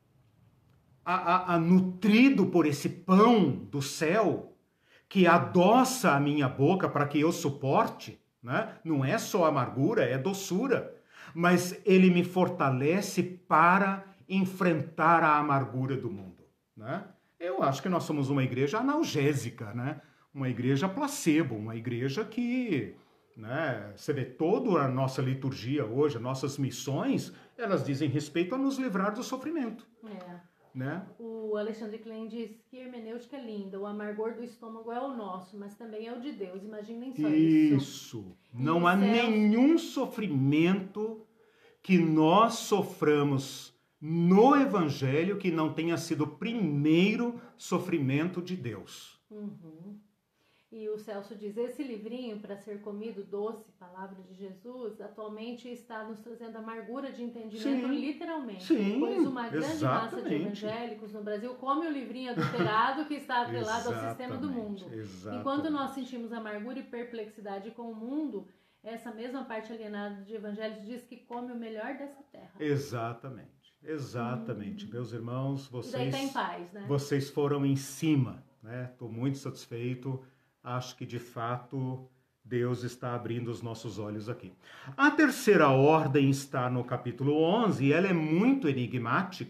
Speaker 1: nutrido por esse pão do céu que adoça a minha boca para que eu suporte? Né? Não é só amargura, é doçura. Mas ele me fortalece para enfrentar a amargura do mundo. Né? Eu acho que nós somos uma igreja analgésica, né? Uma igreja placebo, uma igreja que, né, você vê toda a nossa liturgia hoje, as nossas missões, elas dizem respeito a nos livrar do sofrimento. Né?
Speaker 2: O Alexandre Klein diz que hermenêutica é linda, o amargor do estômago é o nosso, mas também é o de Deus, imaginem só isso.
Speaker 1: Isso, não há nenhum sofrimento que nós soframos no Evangelho que não tenha sido o primeiro sofrimento de Deus.
Speaker 2: E o Celso diz, esse livrinho, para ser comido, doce, palavra de Jesus, atualmente está nos trazendo amargura de entendimento, literalmente. Pois uma grande massa de evangélicos no Brasil come o livrinho adulterado que está atrelado ao sistema do mundo. Enquanto nós sentimos amargura e perplexidade com o mundo, essa mesma parte alienada de evangélicos diz que come o melhor dessa terra.
Speaker 1: Exatamente. Meus irmãos, vocês,
Speaker 2: daí tá em paz, né?
Speaker 1: Vocês foram em cima, né? Estou muito satisfeito. Acho que, de fato, Deus está abrindo os nossos olhos aqui. A terceira ordem está no capítulo 11 e ela é muito enigmática, né?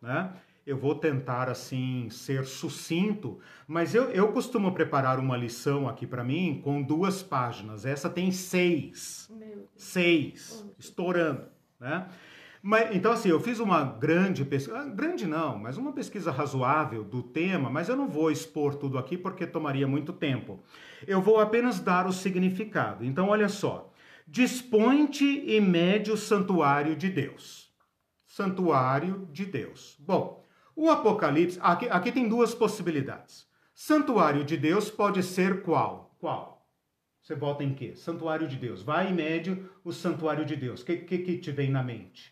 Speaker 1: né? Eu vou tentar, assim, ser sucinto, mas eu costumo preparar uma lição aqui para mim com 2 páginas. Essa tem 6. 6, estourando, né? Mas, então, assim, eu fiz uma grande pesquisa, grande não, mas uma pesquisa razoável do tema, mas eu não vou expor tudo aqui porque tomaria muito tempo. Eu vou apenas dar o significado. Então, olha só. Dispõe-te e mede o santuário de Deus. Santuário de Deus. Bom, o Apocalipse, aqui tem 2 possibilidades. Santuário de Deus pode ser qual? Qual? Você bota em quê? Santuário de Deus. Vai e mede o santuário de Deus. O que te vem na mente?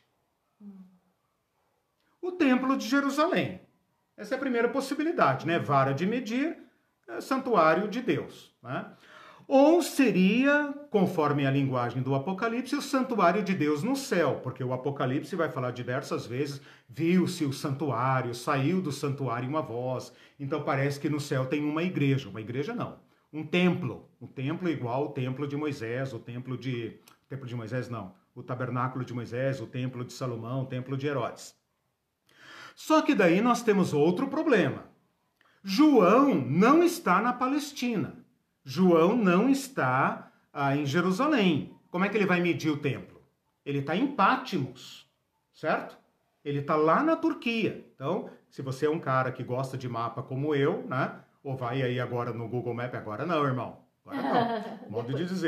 Speaker 1: O Templo de Jerusalém. Essa é a primeira possibilidade, né? Vara de medir, santuário de Deus, né? Ou seria, conforme a linguagem do Apocalipse, o santuário de Deus no céu, porque o Apocalipse vai falar diversas vezes, viu-se o santuário, saiu do santuário uma voz, então parece que no céu tem uma igreja não, um templo igual ao templo de Moisés, o templo de Moisés não, o tabernáculo de Moisés, o templo de Salomão, o templo de Herodes. Só que daí nós temos outro problema. João não está na Palestina. João não está em Jerusalém. Como é que ele vai medir o templo? Ele está em Patmos, certo? Ele está lá na Turquia. Então, se você é um cara que gosta de mapa como eu, né? Ou vai aí agora no Google Maps, agora não, irmão. Agora não, modo de dizer.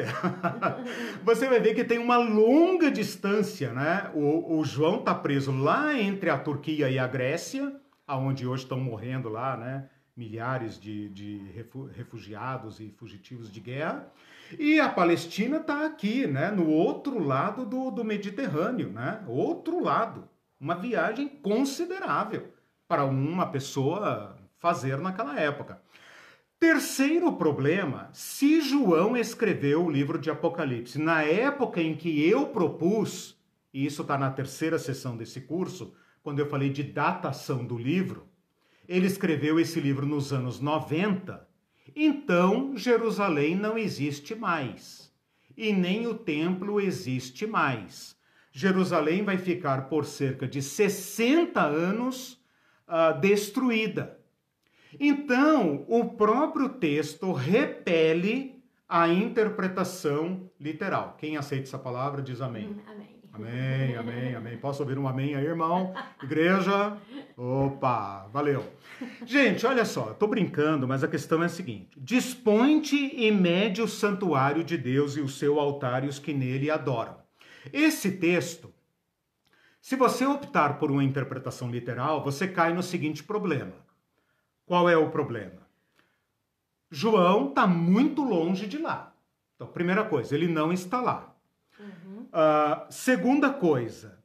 Speaker 1: Você vai ver que tem uma longa distância, né? O João está preso lá entre a Turquia e a Grécia, aonde hoje estão morrendo lá, né? Milhares de refugiados e fugitivos de guerra. E a Palestina está aqui, né? No outro lado do Mediterrâneo, né? Outro lado. Uma viagem considerável para uma pessoa fazer naquela época. Terceiro problema, se João escreveu o livro de Apocalipse na época em que eu propus, e isso está na 3ª sessão desse curso, quando eu falei de datação do livro, ele escreveu esse livro nos anos 90, então Jerusalém não existe mais, e nem o templo existe mais. Jerusalém vai ficar por cerca de 60 anos destruída. Então, o próprio texto repele a interpretação literal. Quem aceita essa palavra diz amém.
Speaker 2: Amém.
Speaker 1: Amém, amém, amém. Posso ouvir um amém aí, irmão? Igreja? Opa, valeu. Gente, olha só, tô brincando, mas a questão é a seguinte. Dispõe-te e mede o santuário de Deus e o seu altar e os que nele adoram. Esse texto, se você optar por uma interpretação literal, você cai no seguinte problema. Qual é o problema? João está muito longe de lá. Então, primeira coisa, ele não está lá. Segunda coisa,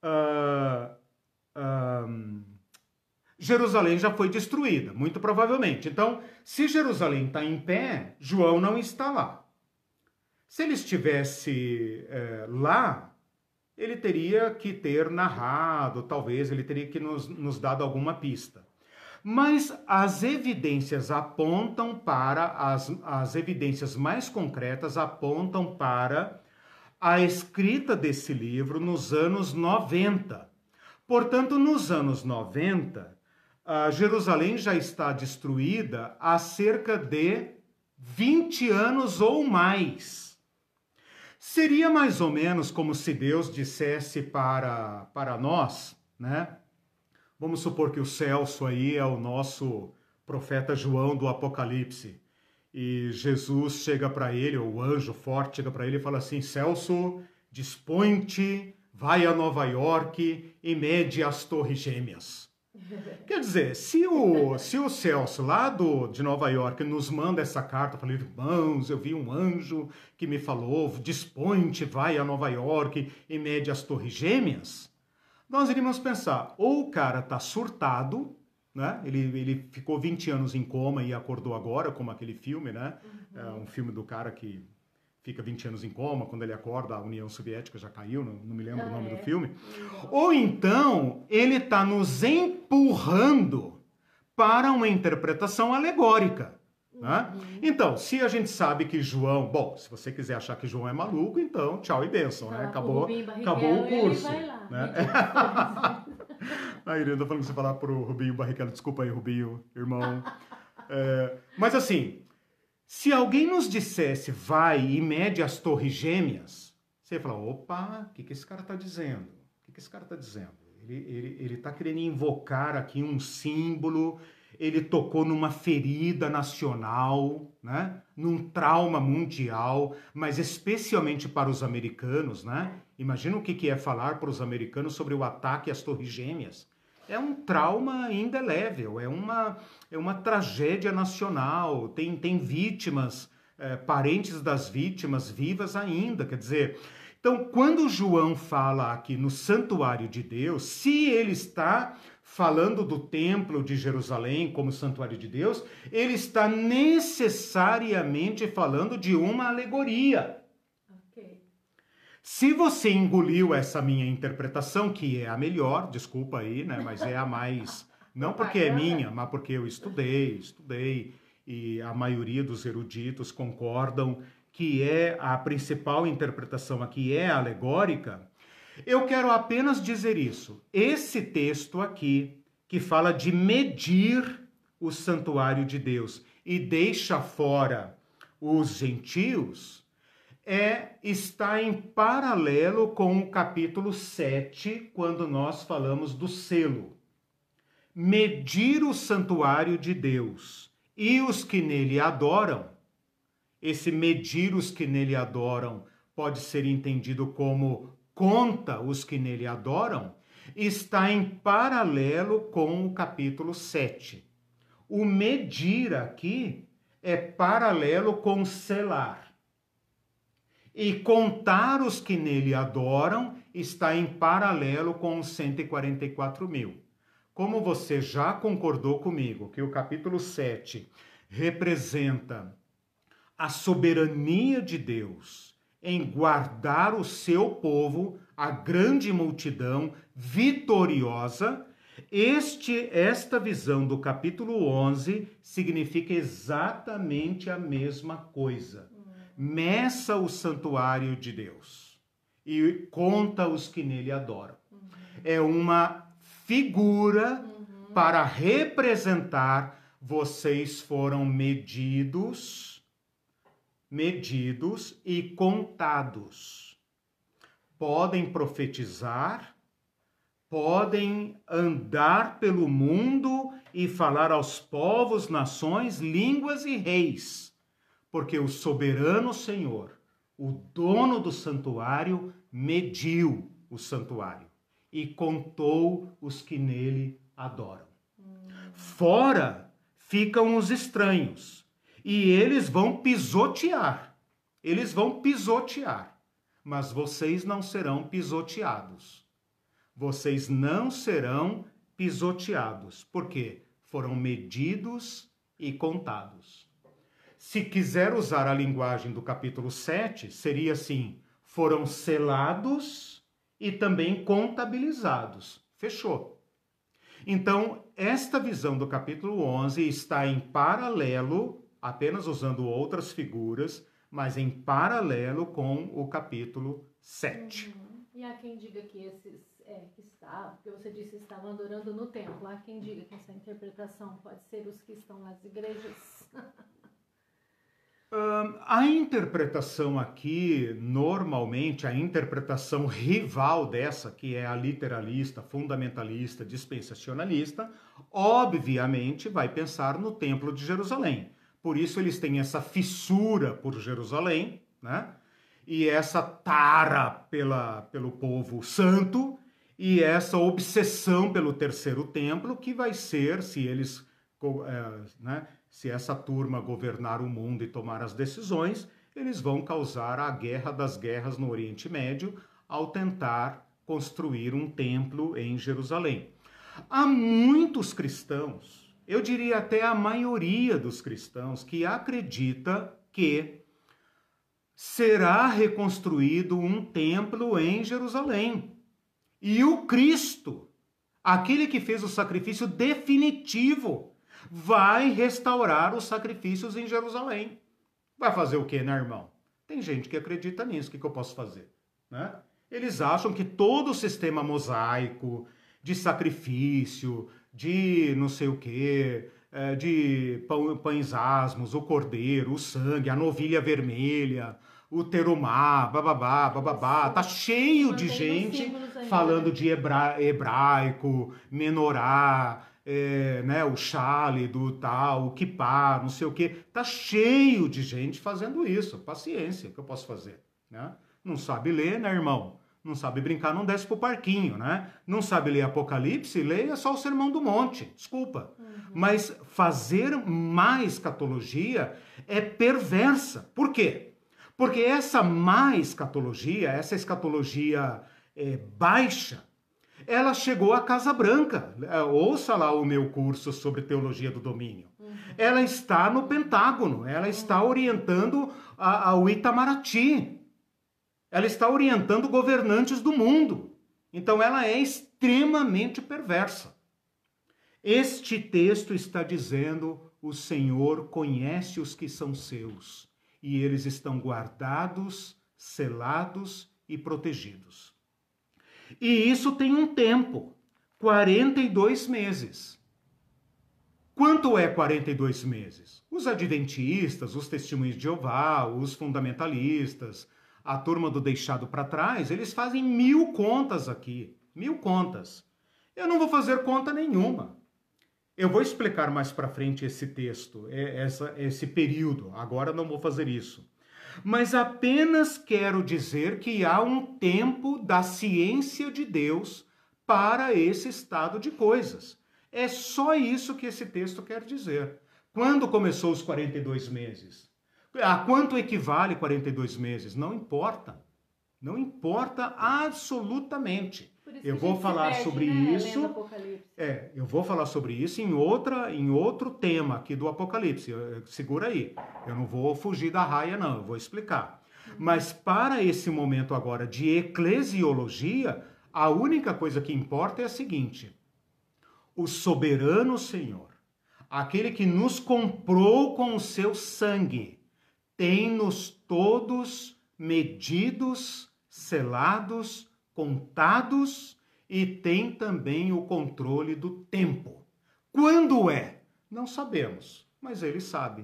Speaker 1: Jerusalém já foi destruída, muito provavelmente. Então, se Jerusalém está em pé, João não está lá. Se ele estivesse lá, ele teria que ter narrado, talvez ele teria que nos dado alguma pista. Mas as evidências apontam para, as evidências mais concretas apontam para a escrita desse livro nos anos 90. Portanto, nos anos 90, Jerusalém já está destruída há cerca de 20 anos ou mais. Seria mais ou menos como se Deus dissesse para nós, né? Vamos supor que o Celso aí é o nosso profeta João do Apocalipse. E Jesus chega para ele, ou o anjo forte chega para ele e fala assim, Celso, dispõe-te, vai a Nova York e mede as Torres Gêmeas. Quer dizer, se o Celso lá de Nova York nos manda essa carta, falando, irmãos, eu vi um anjo que me falou, dispõe-te, vai a Nova York e mede as Torres Gêmeas, nós iríamos pensar, ou o cara está surtado, né? Ele ficou 20 anos em coma e acordou agora, como aquele filme, né? É um filme do cara que fica 20 anos em coma, quando ele acorda a União Soviética já caiu, não me lembro o nome do filme. Ou então ele está nos empurrando para uma interpretação alegórica. Né? Então, se a gente sabe que João... Bom, se você quiser achar que João é maluco, então tchau e bênção, né? Acabou o curso. Vai lá, né? A Irene tá falando que você falar pro Rubinho Barrichello. Desculpa aí, Rubinho, irmão. Mas assim, se alguém nos dissesse, vai e mede as torres gêmeas, você ia falar, opa, o que esse cara tá dizendo? O que esse cara tá dizendo? Ele tá querendo invocar aqui um símbolo, ele tocou numa ferida nacional, né? Num trauma mundial, mas especialmente para os americanos, né? Imagina o que é falar para os americanos sobre o ataque às Torres Gêmeas. É um trauma indelével, é uma tragédia nacional, tem vítimas, parentes das vítimas vivas ainda, quer dizer... Então, quando João fala aqui no santuário de Deus, se ele está falando do templo de Jerusalém como santuário de Deus, ele está necessariamente falando de uma alegoria. Okay. Se você engoliu essa minha interpretação, que é a melhor, desculpa aí, né, mas é a mais... Não porque é minha, mas porque eu estudei, e a maioria dos eruditos concordam que é a principal interpretação aqui é alegórica, eu quero apenas dizer isso. Esse texto aqui, que fala de medir o santuário de Deus e deixa fora os gentios, está em paralelo com o capítulo 7, quando nós falamos do selo. Medir o santuário de Deus e os que nele adoram. Esse medir os que nele adoram pode ser entendido como conta os que nele adoram, está em paralelo com o capítulo 7. O medir aqui é paralelo com selar. E contar os que nele adoram está em paralelo com os 144 mil. Como você já concordou comigo que o capítulo 7 representa a soberania de Deus em guardar o seu povo, a grande multidão vitoriosa, esta visão do capítulo 11 significa exatamente a mesma coisa. Meça o santuário de Deus e conta os que nele adoram. É uma figura para representar vocês foram medidos e contados. Podem profetizar, podem andar pelo mundo e falar aos povos, nações, línguas e reis, porque o soberano Senhor, o dono do santuário, mediu o santuário e contou os que nele adoram. Fora ficam os estranhos. E eles vão pisotear, mas vocês não serão pisoteados. Vocês não serão pisoteados, porque foram medidos e contados. Se quiser usar a linguagem do capítulo 7, seria assim, foram selados e também contabilizados. Fechou. Então, esta visão do capítulo 11 está em paralelo, apenas usando outras figuras, mas em paralelo com o capítulo 7.
Speaker 2: E há quem diga que esses porque você disse que estavam adorando no templo, há quem diga que essa interpretação pode ser os que estão nas igrejas.
Speaker 1: A interpretação aqui, normalmente, a interpretação rival dessa, que é a literalista, fundamentalista, dispensacionalista, obviamente vai pensar no Templo de Jerusalém. Por isso eles têm essa fissura por Jerusalém, né? E essa tara pelo povo santo e essa obsessão pelo terceiro templo, que vai ser, se eles, se essa turma governar o mundo e tomar as decisões, eles vão causar a guerra das guerras no Oriente Médio ao tentar construir um templo em Jerusalém. Há muitos cristãos, eu diria até a maioria dos cristãos, que acredita que será reconstruído um templo em Jerusalém. E o Cristo, aquele que fez o sacrifício definitivo, vai restaurar os sacrifícios em Jerusalém. Vai fazer o quê, né, irmão? Tem gente que acredita nisso, o que eu posso fazer? Né? Eles acham que todo o sistema mosaico de sacrifício, de não sei o quê, de pães asmos, o cordeiro, o sangue, a novilha vermelha, o terumá, bababá, bababá. Tá cheio de gente falando de hebraico, menorá, né, o chale do tal, o kippá, não sei o quê. Tá cheio de gente fazendo isso. Paciência, o que eu posso fazer? Né? Não sabe ler, né, irmão? Não sabe brincar, não desce pro parquinho, né? Não sabe ler Apocalipse, leia só o Sermão do Monte. Desculpa. Mas fazer má escatologia é perversa. Por quê? Porque essa má escatologia, essa escatologia baixa, ela chegou à Casa Branca. Ouça lá o meu curso sobre teologia do domínio. Ela está no Pentágono, ela está orientando ao Itamaraty. Ela está orientando governantes do mundo. Então ela é extremamente perversa. Este texto está dizendo: o Senhor conhece os que são seus, e eles estão guardados, selados e protegidos. E isso tem um tempo, 42 meses. Quanto é 42 meses? Os adventistas, os testemunhos de Jeová, os fundamentalistas, a turma do deixado para trás, eles fazem 1000 contas aqui. 1000 contas. Eu não vou fazer conta nenhuma. Eu vou explicar mais para frente esse texto, esse período. Agora não vou fazer isso. Mas apenas quero dizer que há um tempo da ciência de Deus para esse estado de coisas. É só isso que esse texto quer dizer. Quando começou os 42 meses? A quanto equivale 42 meses? Não importa. Não importa absolutamente. Eu vou falar sobre isso. Eu vou falar sobre isso em outro tema aqui do Apocalipse. Segura aí. Eu não vou fugir da raia, não. Eu vou explicar. Mas para esse momento agora de eclesiologia, a única coisa que importa é a seguinte: o soberano Senhor, aquele que nos comprou com o seu sangue, tem-nos todos medidos, selados, contados, e tem também o controle do tempo. Quando é? Não sabemos, mas ele sabe.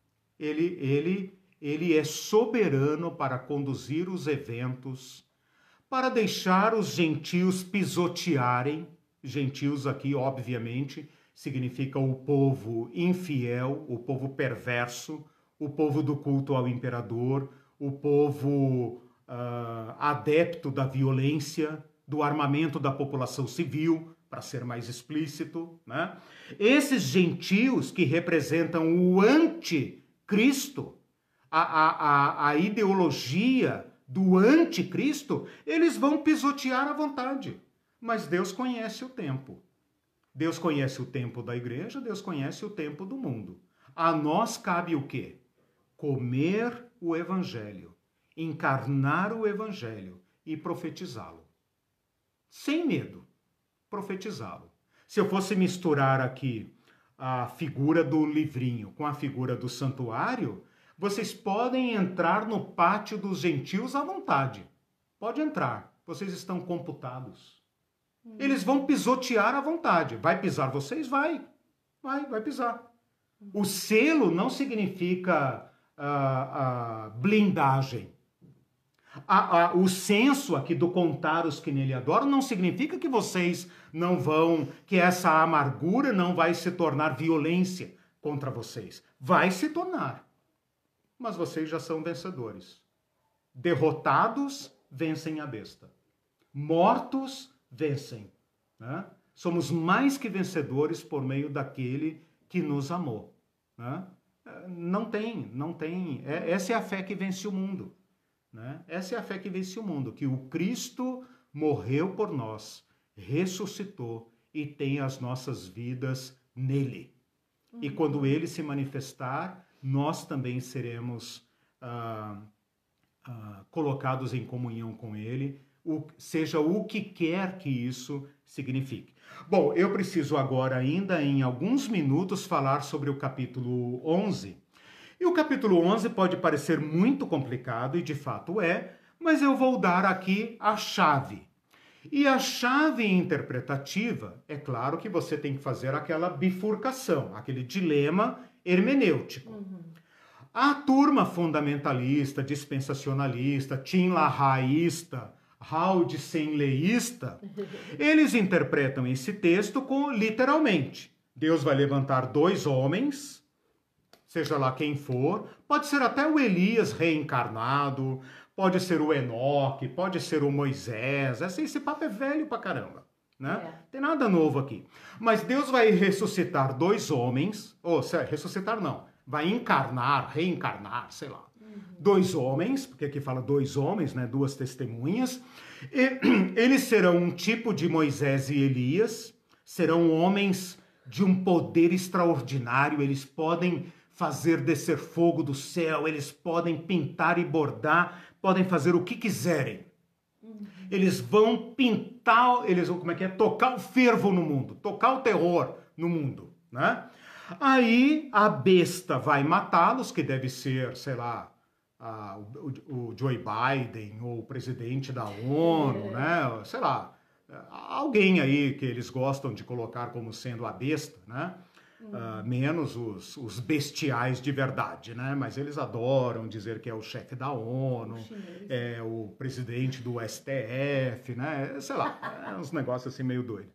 Speaker 1: Ele é soberano para conduzir os eventos, para deixar os gentios pisotearem. Gentios aqui, obviamente, significa o povo infiel, o povo perverso, o povo do culto ao imperador, o povo adepto da violência, do armamento da população civil, para ser mais explícito, né? Esses gentios que representam o anticristo, a ideologia do anticristo, eles vão pisotear à vontade. Mas Deus conhece o tempo. Deus conhece o tempo da igreja, Deus conhece o tempo do mundo. A nós cabe o quê? Comer o evangelho, encarnar o evangelho e profetizá-lo. Sem medo, profetizá-lo. Se eu fosse misturar aqui a figura do livrinho com a figura do santuário, vocês podem entrar no pátio dos gentios à vontade. Pode entrar, vocês estão computados. Eles vão pisotear à vontade. Vai pisar vocês? Vai pisar. O selo não significa blindagem. O senso aqui do contar os que nele adoram não significa que vocês não vão, que essa amargura não vai se tornar violência contra vocês. Vai se tornar. Mas vocês já são vencedores. Derrotados, vencem a besta. Mortos, vencem. Né? Somos mais que vencedores por meio daquele que nos amou. Né? Não tem. Essa é a fé que vence o mundo. Né? Essa é a fé que vence o mundo, que o Cristo morreu por nós, ressuscitou e tem as nossas vidas nele. E quando ele se manifestar, nós também seremos colocados em comunhão com ele, seja o que quer que isso signifique. Bom, eu preciso agora, ainda em alguns minutos, falar sobre o capítulo 11. E o capítulo 11 pode parecer muito complicado, e de fato é, mas eu vou dar aqui a chave. E a chave interpretativa, é claro que você tem que fazer aquela bifurcação, aquele dilema hermenêutico. A turma fundamentalista, dispensacionalista, Tim LaHaísta, Laodicenleísta, eles interpretam esse texto literalmente. Deus vai levantar 2 homens, seja lá quem for, pode ser até o Elias reencarnado, pode ser o Enoque, pode ser o Moisés, esse papo é velho pra caramba, né? Tem nada novo aqui. Mas Deus vai ressuscitar 2 homens, ressuscitar não, vai encarnar, reencarnar, sei lá, 2 homens, porque aqui fala 2 homens, né? 2 testemunhas. Eles serão um tipo de Moisés e Elias, serão homens de um poder extraordinário, eles podem fazer descer fogo do céu, eles podem pintar e bordar, podem fazer o que quiserem. Eles vão pintar, eles vão, tocar o fervo no mundo, tocar o terror no mundo, né? Aí a besta vai matá-los, que deve ser, sei lá, o Joe Biden, ou o presidente da ONU, né? Sei lá, alguém aí que eles gostam de colocar como sendo a besta, né? Menos os bestiais de verdade, né? Mas eles adoram dizer que é o chefe da ONU, é o presidente do STF, né? Sei lá, uns negócios assim meio doidos.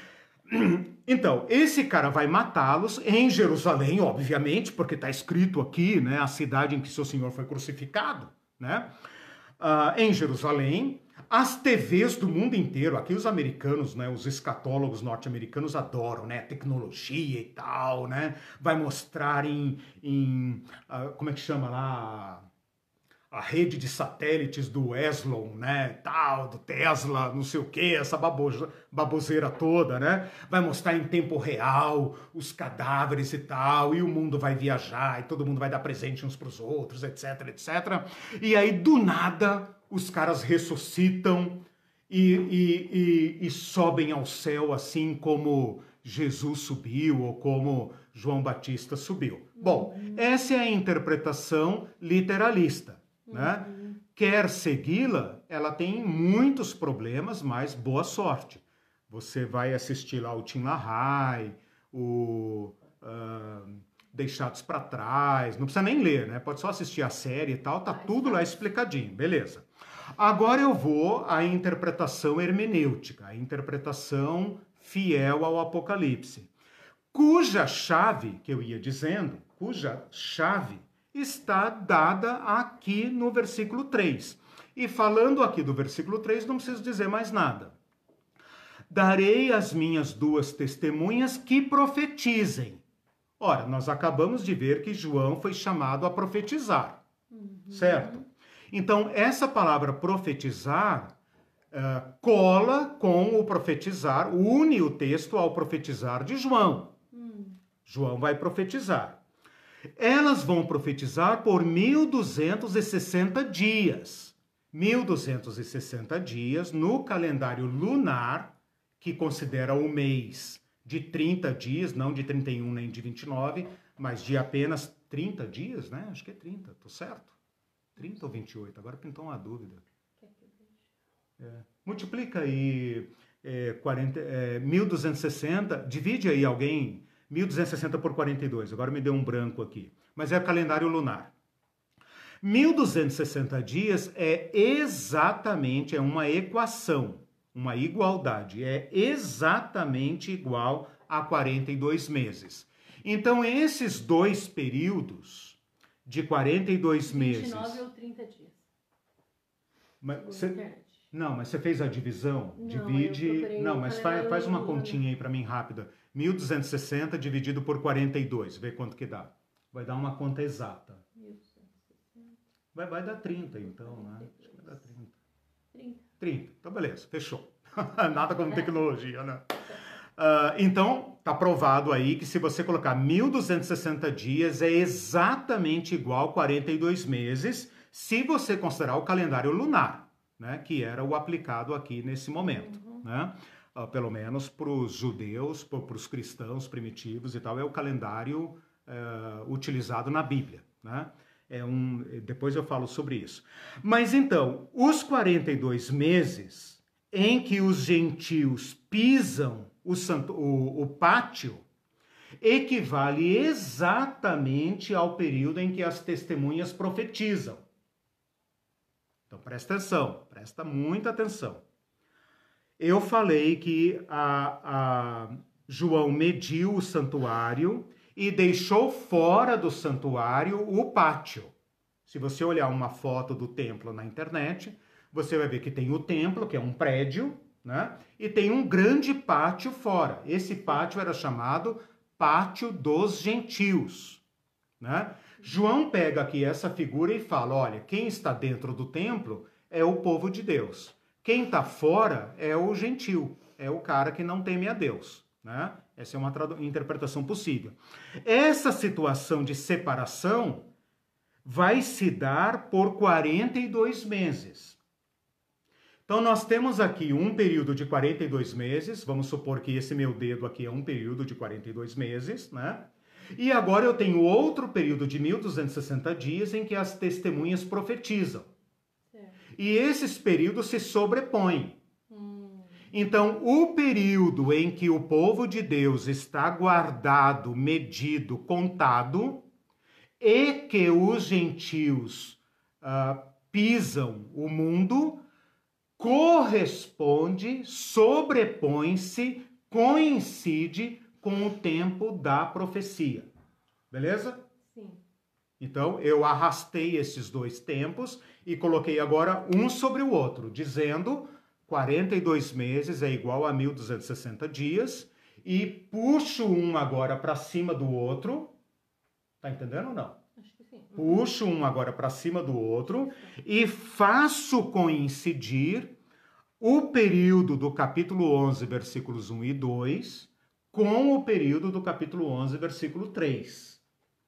Speaker 1: Então, esse cara vai matá-los em Jerusalém, obviamente, porque está escrito aqui, né, a cidade em que seu Senhor foi crucificado, né? Em Jerusalém, as TVs do mundo inteiro, aqui os americanos, né, os escatólogos norte-americanos adoram, né, tecnologia e tal, né? Vai mostrar como é que chama lá? A rede de satélites do Elon, né, tal, do Tesla, não sei o que, essa baboseira toda, né, vai mostrar em tempo real os cadáveres e tal, e o mundo vai viajar, e todo mundo vai dar presente uns para os outros, etc, etc. E aí, do nada, os caras ressuscitam e sobem ao céu, assim como Jesus subiu, ou como João Batista subiu. Bom, essa é a interpretação literalista. Né? Quer segui-la, ela tem muitos problemas, mas boa sorte. Você vai assistir lá o Tim LaHaye, o Deixados para Trás, não precisa nem ler, né? Pode só assistir a série e tal, tá tudo lá explicadinho, beleza. Agora eu vou à interpretação hermenêutica, a interpretação fiel ao Apocalipse, cuja chave, que eu ia dizendo, cuja chave está dada aqui no versículo 3. E falando aqui do versículo 3, não preciso dizer mais nada. Darei as minhas 2 testemunhas que profetizem. Ora, nós acabamos de ver que João foi chamado a profetizar, certo? Então, essa palavra profetizar cola com o profetizar, une o texto ao profetizar de João. João vai profetizar. Elas vão profetizar por 1260 dias. 1260 dias no calendário lunar, que considera o mês de 30 dias, não de 31 nem de 29, mas de apenas 30 dias, né? Acho que é 30, tô certo? 30 ou 28? Agora pintou uma dúvida. Multiplica aí 1260, divide aí alguém... 1260 por 42, agora me deu um branco aqui. Mas é calendário lunar. 1260 dias é exatamente, é uma equação, uma igualdade. É exatamente igual a 42 meses. Então, esses 2 períodos de 42 meses...
Speaker 2: 29 ou 30 dias.
Speaker 1: Mas você fez a divisão? Divide... Não, mas faz uma continha aí para mim rápida. 1260 dividido por 42, vê quanto que dá. Vai dar uma conta exata.
Speaker 2: 1260.
Speaker 1: Vai dar 30, então, né? Acho que vai dar 30.
Speaker 2: 30.
Speaker 1: Então, beleza, fechou. Nada como tecnologia, né? Então, tá provado aí que se você colocar 1260 dias é exatamente igual a 42 meses, se você considerar o calendário lunar, né? Que era o aplicado aqui nesse momento, né? Pelo menos para os judeus, para os cristãos primitivos e tal, é o calendário utilizado na Bíblia, né? Depois eu falo sobre isso. Mas então, os 42 meses em que os gentios pisam o pátio equivale exatamente ao período em que as testemunhas profetizam. Então presta atenção, presta muita atenção. Eu falei que João mediu o santuário e deixou fora do santuário o pátio. Se você olhar uma foto do templo na internet, você vai ver que tem o templo, que é um prédio, né? E tem um grande pátio fora. Esse pátio era chamado Pátio dos Gentios, né? João pega aqui essa figura e fala, olha, quem está dentro do templo é o povo de Deus. Quem está fora é o gentio, é o cara que não teme a Deus, né? Essa é uma interpretação possível. Essa situação de separação vai se dar por 42 meses. Então, nós temos aqui um período de 42 meses, vamos supor que esse meu dedo aqui é um período de 42 meses, né? E agora eu tenho outro período de 1260 dias em que as testemunhas profetizam. E esses períodos se sobrepõem. Então, o período em que o povo de Deus está guardado, medido, contado, e que os gentios pisam o mundo, corresponde, sobrepõe-se, coincide com o tempo da profecia. Beleza?
Speaker 2: Sim.
Speaker 1: Então, eu arrastei esses dois tempos e coloquei agora um sobre o outro, dizendo 42 meses é igual a 1260 dias, e puxo um agora para cima do outro. Tá entendendo ou não?
Speaker 2: Acho que sim.
Speaker 1: Puxo um agora para cima do outro e faço coincidir o período do capítulo 11, versículos 1 e 2, com o período do capítulo 11, versículo 3.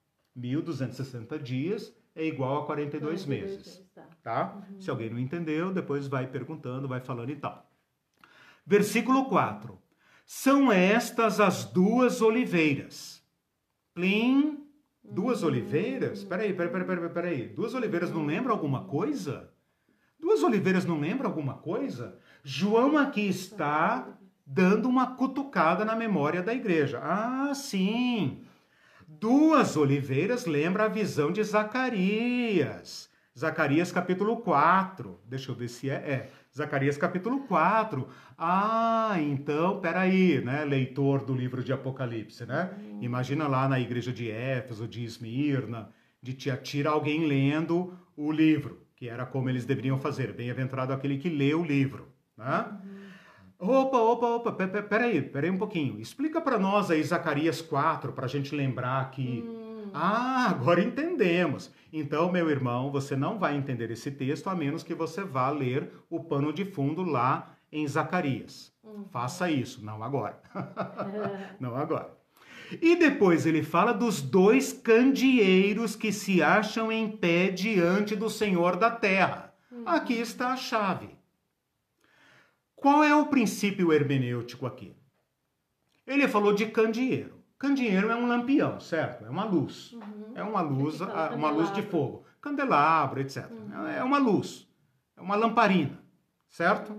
Speaker 1: 1260 dias é igual a 42 meses. Tá? Se alguém não entendeu, depois vai perguntando, vai falando e tal. Versículo 4. São estas as duas oliveiras. Plim. Duas oliveiras? Peraí. Duas oliveiras não lembra alguma coisa? Duas oliveiras não lembra alguma coisa? João aqui está dando uma cutucada na memória da igreja. Ah, sim. Duas oliveiras lembra a visão de Zacarias. Zacarias capítulo 4. Deixa eu ver se é. Zacarias capítulo 4. Ah, então, peraí, né? Leitor do livro de Apocalipse, né? Imagina lá na igreja de Éfeso, de Esmirna, de Tiatira, alguém lendo o livro, que era como eles deveriam fazer. Bem-aventurado aquele que lê o livro, né? Opa, peraí um pouquinho. Explica para nós aí Zacarias 4, para a gente lembrar que... Ah, agora entendemos. Então, meu irmão, você não vai entender esse texto a menos que você vá ler o pano de fundo lá em Zacarias. Faça isso, não agora. Não agora. E depois ele fala dos dois candeeiros que se acham em pé diante do Senhor da terra. Aqui está a chave. Qual é o princípio hermenêutico aqui? Ele falou de candeeiro. Candeeiro é um lampião, certo? É uma luz. É uma luz de fogo. Candelabro, etc. É uma luz. É uma lamparina, certo?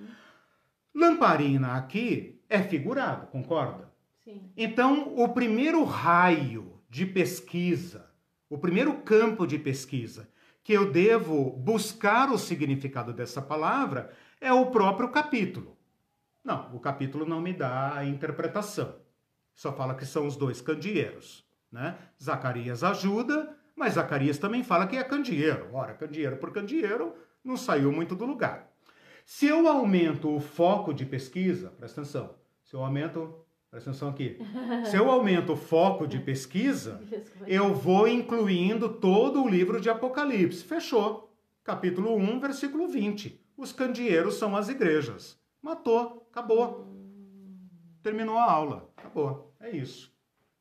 Speaker 1: Lamparina aqui é figurado, concorda?
Speaker 2: Sim.
Speaker 1: Então, o primeiro raio de pesquisa, o primeiro campo de pesquisa que eu devo buscar o significado dessa palavra é o próprio capítulo. Não, o capítulo não me dá a interpretação. Só fala que são os dois candeeiros, né? Zacarias ajuda, mas Zacarias também fala que é candeeiro. Ora, candeeiro por candeeiro não saiu muito do lugar. Se eu aumento o foco de pesquisa, presta atenção, presta atenção aqui. Se eu aumento o foco de pesquisa, eu vou incluindo todo o livro de Apocalipse. Fechou. Capítulo 1, versículo 20. Os candeeiros são as igrejas. Matou, acabou. Terminou a aula. Acabou. É isso.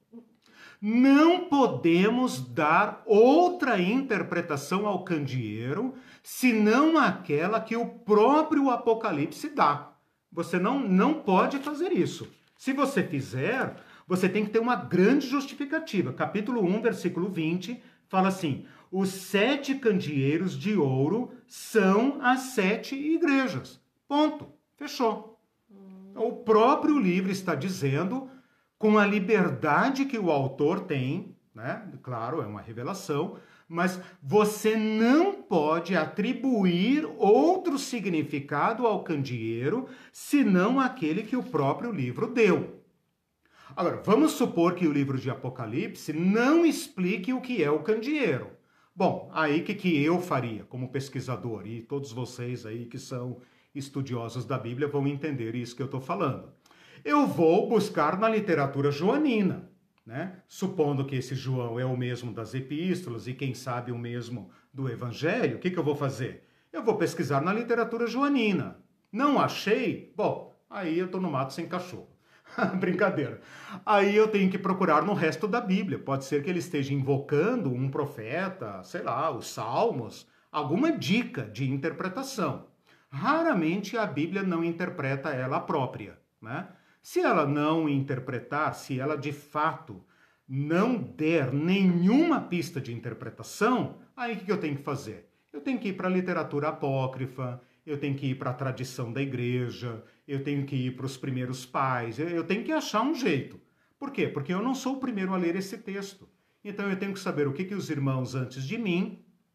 Speaker 1: Não podemos dar outra interpretação ao candeeiro senão aquela que o próprio Apocalipse dá. Você não pode fazer isso. Se você fizer, você tem que ter uma grande justificativa. Capítulo 1, versículo 20, fala assim: os 7 candeeiros de ouro são as 7 igrejas. Ponto. Fechou. O próprio livro está dizendo, com a liberdade que o autor tem, né? Claro, é uma revelação, mas você não pode atribuir outro significado ao candeeiro senão aquele que o próprio livro deu. Agora, vamos supor que o livro de Apocalipse não explique o que é o candeeiro. Bom, aí o que eu faria como pesquisador? E todos vocês aí que são estudiosos da Bíblia vão entender isso que eu estou falando. Eu vou buscar na literatura joanina, né? Supondo que esse João é o mesmo das epístolas e quem sabe o mesmo do Evangelho, o que eu vou fazer? Eu vou pesquisar na literatura joanina. Não achei? Bom, aí eu estou no mato sem cachorro. Brincadeira. Aí eu tenho que procurar no resto da Bíblia. Pode ser que ele esteja invocando um profeta, sei lá, os Salmos, alguma dica de interpretação. Raramente a Bíblia não interpreta ela própria, né? Se ela não interpretar, se ela de fato não der nenhuma pista de interpretação, aí o que eu tenho que fazer? Eu tenho que ir para a literatura apócrifa, eu tenho que ir para a tradição da igreja, eu tenho que ir para os primeiros pais, eu tenho que achar um jeito. Por quê? Porque eu não sou o primeiro a ler esse texto. Então eu tenho que saber o que os irmãos antes de mim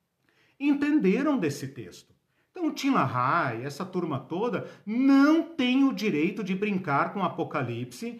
Speaker 1: entenderam desse texto. Então o Tim LaHaye, essa turma toda, não tem o direito de brincar com Apocalipse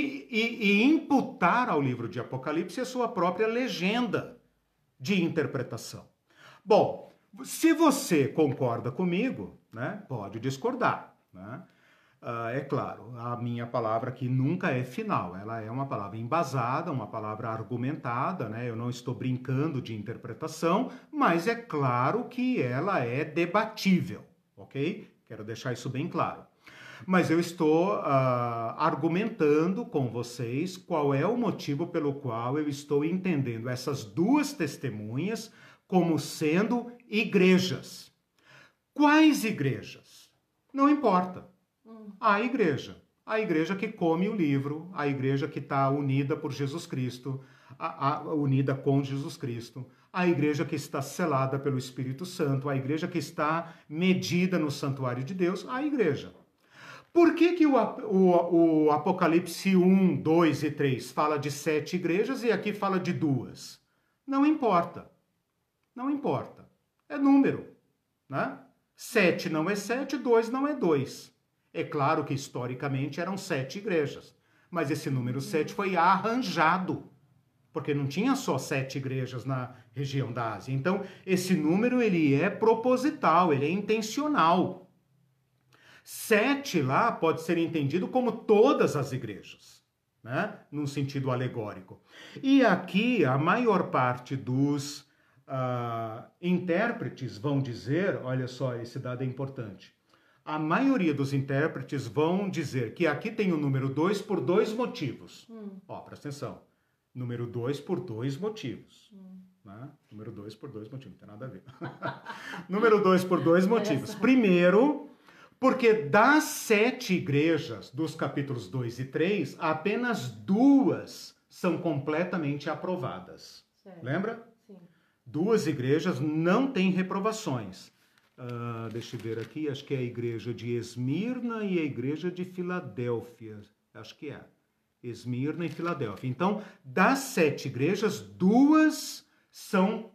Speaker 1: e imputar ao livro de Apocalipse a sua própria legenda de interpretação. Bom, se você concorda comigo, né, pode discordar, né? É claro, a minha palavra aqui nunca é final, ela é uma palavra embasada, uma palavra argumentada, né? Eu não estou brincando de interpretação, mas é claro que ela é debatível, ok? Quero deixar isso bem claro. Mas eu estou argumentando com vocês qual é o motivo pelo qual eu estou entendendo essas duas testemunhas como sendo igrejas. Quais igrejas? Não importa. A igreja que come o livro, a igreja que está unida por Jesus Cristo, unida com Jesus Cristo, a igreja que está selada pelo Espírito Santo, a igreja que está medida no santuário de Deus, a igreja. Por que o Apocalipse 1, 2 e 3 fala de 7 igrejas e aqui fala de 2? Não importa. Não importa. É número, né? 7 não é 7, 2 não é 2. É claro que historicamente eram 7 igrejas, mas esse número 7 foi arranjado, porque não tinha só 7 igrejas na região da Ásia. Então, esse número ele é proposital, ele é intencional. 7 lá pode ser entendido como todas as igrejas, né? Num sentido alegórico. E aqui a maior parte dos intérpretes vão dizer, olha só, esse dado é importante, a maioria dos intérpretes vão dizer que aqui tem o número 2 por 2 motivos. Ó, presta atenção. Número 2 por 2 motivos. Né? Número 2 por 2 motivos, não tem nada a ver. Número 2 por 2 motivos. Primeiro, porque das 7 igrejas dos capítulos 2 e 3, apenas 2 são completamente aprovadas. Certo. Lembra? Sim. 2 igrejas não têm reprovações. Deixa eu ver aqui, acho que é a igreja de Esmirna e a igreja de Filadélfia. Acho que é. Esmirna e Filadélfia. Então, das 7 igrejas, 2 são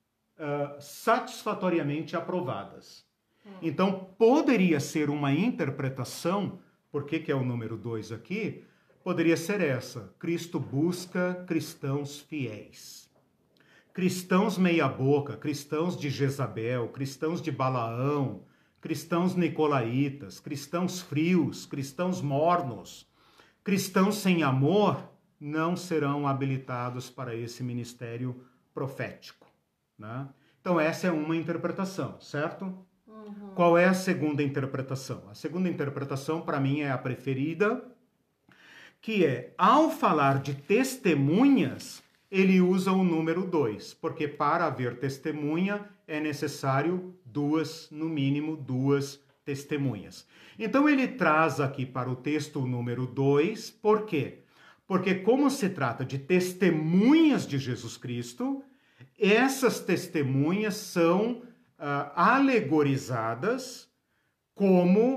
Speaker 1: satisfatoriamente aprovadas. Então, poderia ser uma interpretação, por que é o número 2 aqui? Poderia ser essa: Cristo busca cristãos fiéis. Cristãos meia-boca, cristãos de Jezabel, cristãos de Balaão, cristãos nicolaítas, cristãos frios, cristãos mornos, cristãos sem amor, não serão habilitados para esse ministério profético, né? Então essa é uma interpretação, certo? Qual é a segunda interpretação? A segunda interpretação, para mim, é a preferida, que é, ao falar de testemunhas, ele usa o número 2, porque para haver testemunha é necessário 2, no mínimo 2 testemunhas. Então ele traz aqui para o texto o número 2, por quê? Porque como se trata de testemunhas de Jesus Cristo, essas testemunhas são alegorizadas como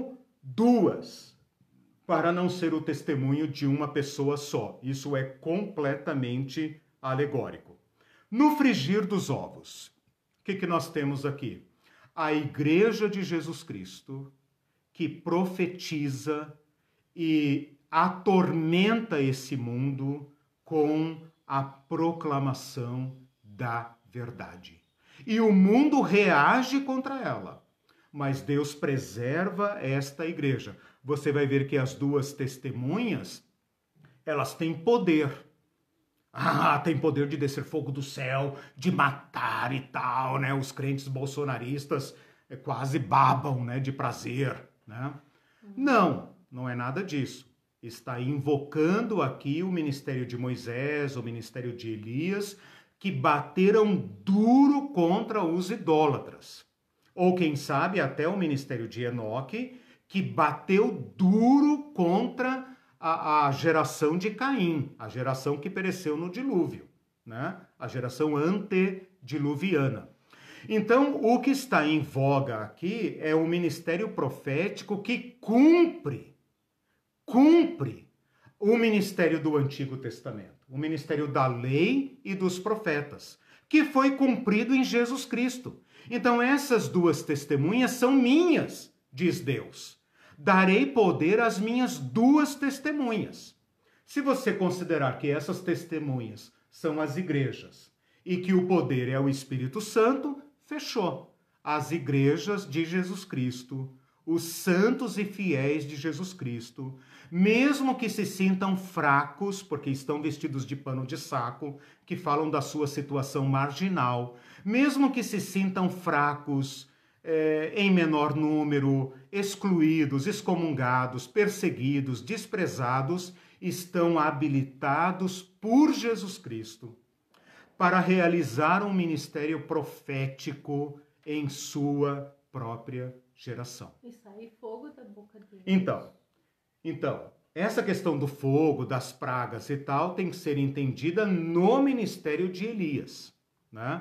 Speaker 1: duas, para não ser o testemunho de uma pessoa só. Isso é completamente alegórico. No frigir dos ovos, o que nós temos aqui? A Igreja de Jesus Cristo, que profetiza e atormenta esse mundo com a proclamação da verdade. E o mundo reage contra ela, mas Deus preserva esta igreja. Você vai ver que as duas testemunhas, elas têm poder. Tem poder de descer fogo do céu, de matar e tal, né? Os crentes bolsonaristas quase babam, né, de prazer, né? Não é nada disso. Está invocando aqui o ministério de Moisés, o ministério de Elias, que bateram duro contra os idólatras. Ou quem sabe até o ministério de Enoque, que bateu duro contra a geração de Caim, a geração que pereceu no dilúvio, né? A geração antediluviana. Então, o que está em voga aqui é o ministério profético que cumpre o ministério do Antigo Testamento, o ministério da lei e dos profetas, que foi cumprido em Jesus Cristo. Então, essas duas testemunhas são minhas, diz Deus. Darei poder às minhas duas testemunhas. Se você considerar que essas testemunhas são as igrejas e que o poder é o Espírito Santo, fechou. As igrejas de Jesus Cristo, os santos e fiéis de Jesus Cristo, mesmo que se sintam fracos, porque estão vestidos de pano de saco, que falam da sua situação marginal, mesmo que se sintam fracos, em menor número, excluídos, excomungados, perseguidos, desprezados, estão habilitados por Jesus Cristo para realizar um ministério profético em sua própria geração.
Speaker 2: E sair fogo da boca dele.
Speaker 1: Então, essa questão do fogo, das pragas e tal, tem que ser entendida no ministério de Elias, né?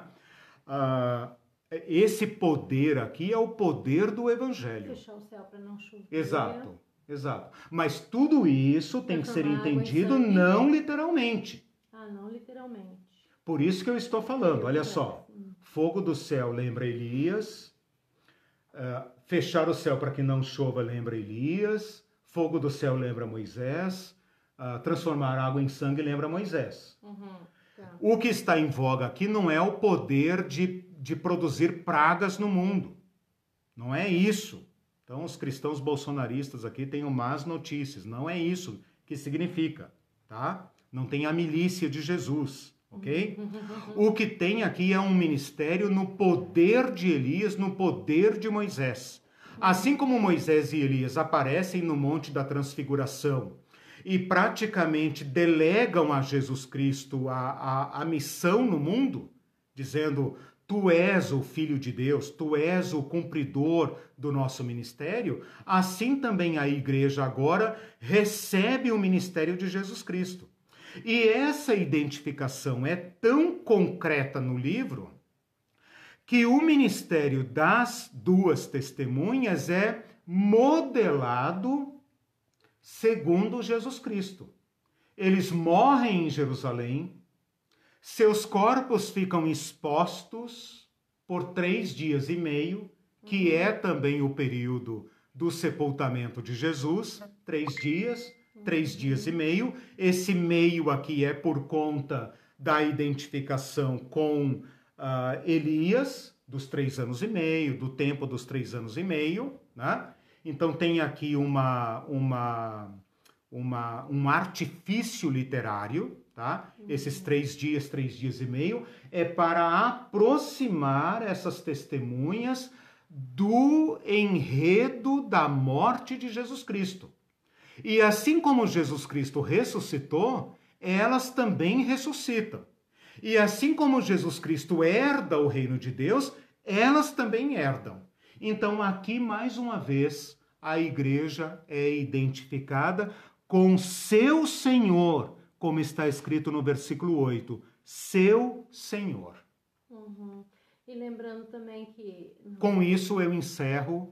Speaker 1: Esse poder aqui é o poder do Evangelho.
Speaker 2: Fechar o céu para não chover.
Speaker 1: Exato. Mas tudo isso tem que ser entendido não literalmente.
Speaker 2: Não literalmente.
Speaker 1: Por isso que eu estou falando, olha só. Fogo do céu lembra Elias. Fechar o céu para que não chova lembra Elias. Fogo do céu lembra Moisés. Transformar água em sangue lembra Moisés. O que está em voga aqui não é o poder de produzir pragas no mundo. Não é isso. Então, os cristãos bolsonaristas aqui têm más notícias. Não é isso que significa, tá? Não tem a milícia de Jesus, ok? O que tem aqui é um ministério no poder de Elias, no poder de Moisés. Assim como Moisés e Elias aparecem no Monte da Transfiguração e praticamente delegam a Jesus Cristo a missão no mundo, dizendo: tu és o Filho de Deus, tu és o cumpridor do nosso ministério, assim também a igreja agora recebe o ministério de Jesus Cristo. E essa identificação é tão concreta no livro que o ministério das duas testemunhas é modelado segundo Jesus Cristo. Eles morrem em Jerusalém, seus corpos ficam expostos por 3 dias e meio, que é também o período do sepultamento de Jesus, 3 dias e meio. Esse meio aqui é por conta da identificação com Elias, dos 3 anos e meio, do tempo dos 3 anos e meio, né? Então tem aqui um artifício literário, tá? Esses 3 dias e meio, é para aproximar essas testemunhas do enredo da morte de Jesus Cristo. E assim como Jesus Cristo ressuscitou, elas também ressuscitam. E assim como Jesus Cristo herda o reino de Deus, elas também herdam. Então aqui, mais uma vez, a igreja é identificada com seu Senhor, como está escrito no versículo 8, seu Senhor.
Speaker 2: E lembrando também que...
Speaker 1: Com isso eu encerro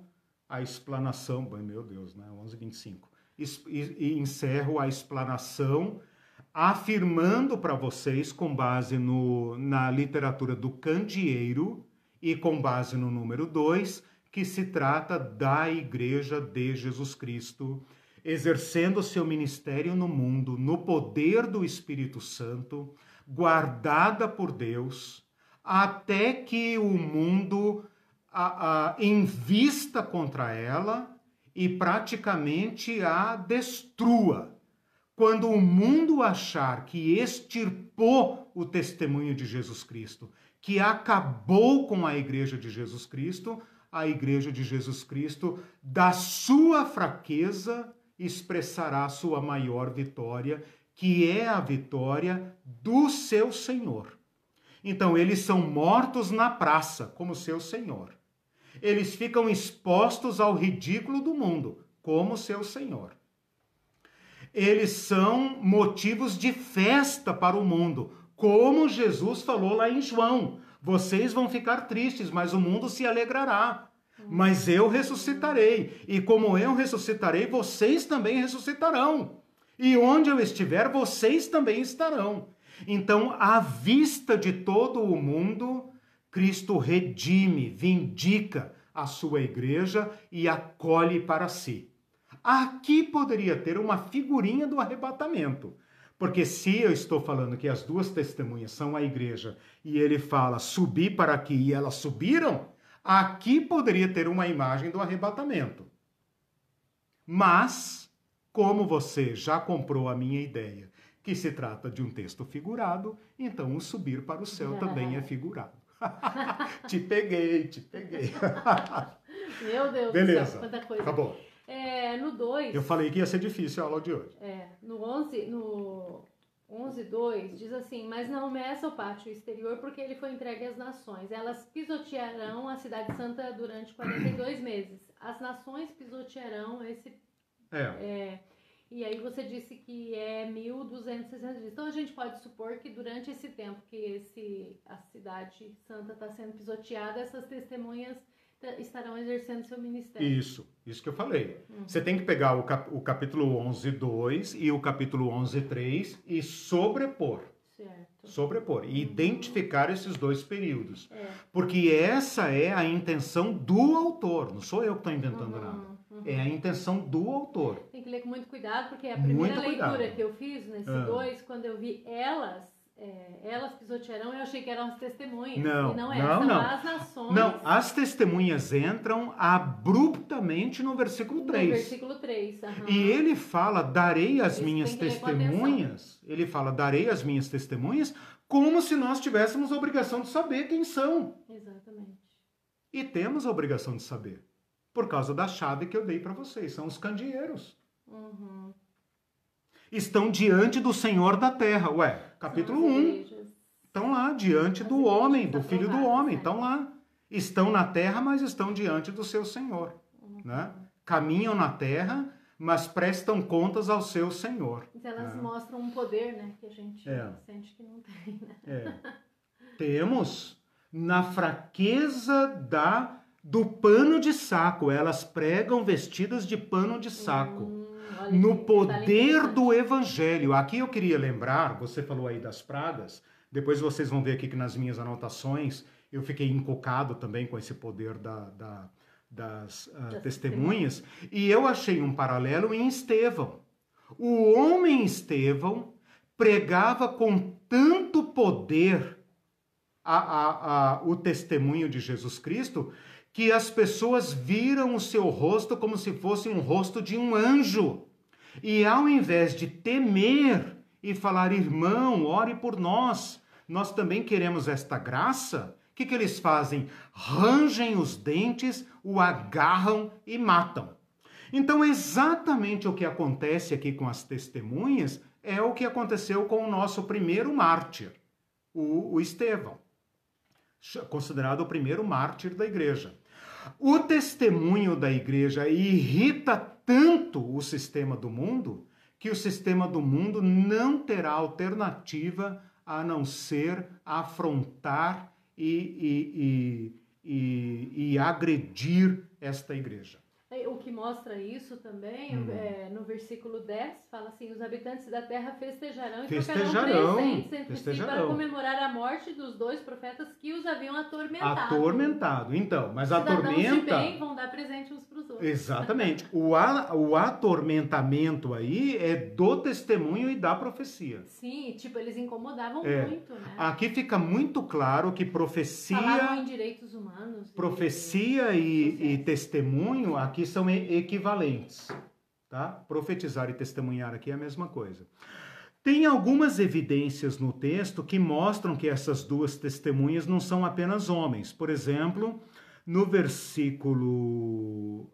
Speaker 1: a explanação, meu Deus, né? 11:25. E encerro a explanação afirmando para vocês, com base na literatura do Candeeiro e com base no número 2, que se trata da Igreja de Jesus Cristo, exercendo seu ministério no mundo, no poder do Espírito Santo, guardada por Deus, até que o mundo invista contra ela e praticamente a destrua. Quando o mundo achar que extirpou o testemunho de Jesus Cristo, que acabou com a Igreja de Jesus Cristo, a Igreja de Jesus Cristo, da sua fraqueza, expressará sua maior vitória, que é a vitória do seu Senhor. Então, eles são mortos na praça, como seu Senhor. Eles ficam expostos ao ridículo do mundo, como seu Senhor. Eles são motivos de festa para o mundo, como Jesus falou lá em João. Vocês vão ficar tristes, mas o mundo se alegrará. Mas eu ressuscitarei, e como eu ressuscitarei, vocês também ressuscitarão. E onde eu estiver, vocês também estarão. Então, à vista de todo o mundo, Cristo redime, vindica a sua igreja e acolhe para si. Aqui poderia ter uma figurinha do arrebatamento, porque se eu estou falando que as duas testemunhas são a igreja e ele fala subir para aqui e elas subiram, aqui poderia ter uma imagem do arrebatamento. Mas, como você já comprou a minha ideia, que se trata de um texto figurado, então o subir para o céu também é figurado. Te peguei.
Speaker 2: Meu Deus
Speaker 1: Beleza.
Speaker 2: do céu, quanta coisa.
Speaker 1: Acabou.
Speaker 2: No 2...
Speaker 1: Eu falei que ia ser difícil a aula de hoje.
Speaker 2: No 11:2 diz assim: mas não meça o pátio exterior, porque ele foi entregue às nações. Elas pisotearão a cidade santa durante 42 meses. As nações pisotearão esse... E aí você disse que é 1.260 dias. Então a gente pode supor que durante esse tempo que a cidade santa está sendo pisoteada, essas testemunhas estarão exercendo seu ministério.
Speaker 1: Isso que eu falei. Você tem que pegar o capítulo 11:2 e o capítulo 11:3 e sobrepor.
Speaker 2: Certo.
Speaker 1: Sobrepor. E identificar esses dois períodos. Porque essa é a intenção do autor. Não sou eu que estou inventando nada. É a intenção do autor.
Speaker 2: Tem que ler com muito cuidado, porque a primeira leitura que eu fiz nesse 2, quando eu vi elas pisotearão, eu achei que eram as testemunhas.
Speaker 1: Não,
Speaker 2: e não
Speaker 1: não.
Speaker 2: As nações.
Speaker 1: Não, as testemunhas entram abruptamente no versículo 3.
Speaker 2: No versículo 3.
Speaker 1: E ele fala, darei as minhas testemunhas. Ele fala, darei as minhas testemunhas, como se nós tivéssemos a obrigação de saber quem são.
Speaker 2: Exatamente.
Speaker 1: E temos a obrigação de saber. Por causa da chave que eu dei para vocês. São os candeeiros. Estão diante do Senhor da terra. Capítulo 1. Estão lá, diante do homem, do Filho do Homem. Estão lá. Estão na terra, mas estão diante do seu Senhor. Né? Caminham na terra, mas prestam contas ao seu Senhor.
Speaker 2: Então elas mostram um poder, né? Que a gente sente que não tem. Né?
Speaker 1: Temos na fraqueza do pano de saco. Elas pregam vestidas de pano de saco. No poder do evangelho. Aqui eu queria lembrar, você falou aí das pragas, depois vocês vão ver aqui que nas minhas anotações eu fiquei encocado também com esse poder das testemunhas, e eu achei um paralelo em Estevão. O homem Estevão pregava com tanto poder o testemunho de Jesus Cristo, que as pessoas viram o seu rosto como se fosse um rosto de um anjo. E ao invés de temer e falar, irmão, ore por nós, nós também queremos esta graça, o que eles fazem? Rangem os dentes, o agarram e matam. Então, exatamente o que acontece aqui com as testemunhas é o que aconteceu com o nosso primeiro mártir, o Estevão, considerado o primeiro mártir da igreja. O testemunho da igreja irrita tanto o sistema do mundo, que o sistema do mundo não terá alternativa a não ser afrontar e agredir esta igreja.
Speaker 2: O que mostra isso também, no versículo 10, fala assim, os habitantes da terra festejarão e trocarão presentes entre si para comemorar a morte dos 2 profetas que os haviam atormentado.
Speaker 1: Então, mas
Speaker 2: a
Speaker 1: tormenta...
Speaker 2: de bem vão dar presente uns para os outros.
Speaker 1: Exatamente. O atormentamento aí é do testemunho e da profecia.
Speaker 2: Sim, tipo, eles incomodavam muito, né?
Speaker 1: Aqui fica muito claro que profecia...
Speaker 2: Falavam em direitos humanos.
Speaker 1: Profecia e testemunho aqui são equivalentes, tá? Profetizar e testemunhar aqui é a mesma coisa. Tem algumas evidências no texto que mostram que essas 2 testemunhas não são apenas homens. Por exemplo, no versículo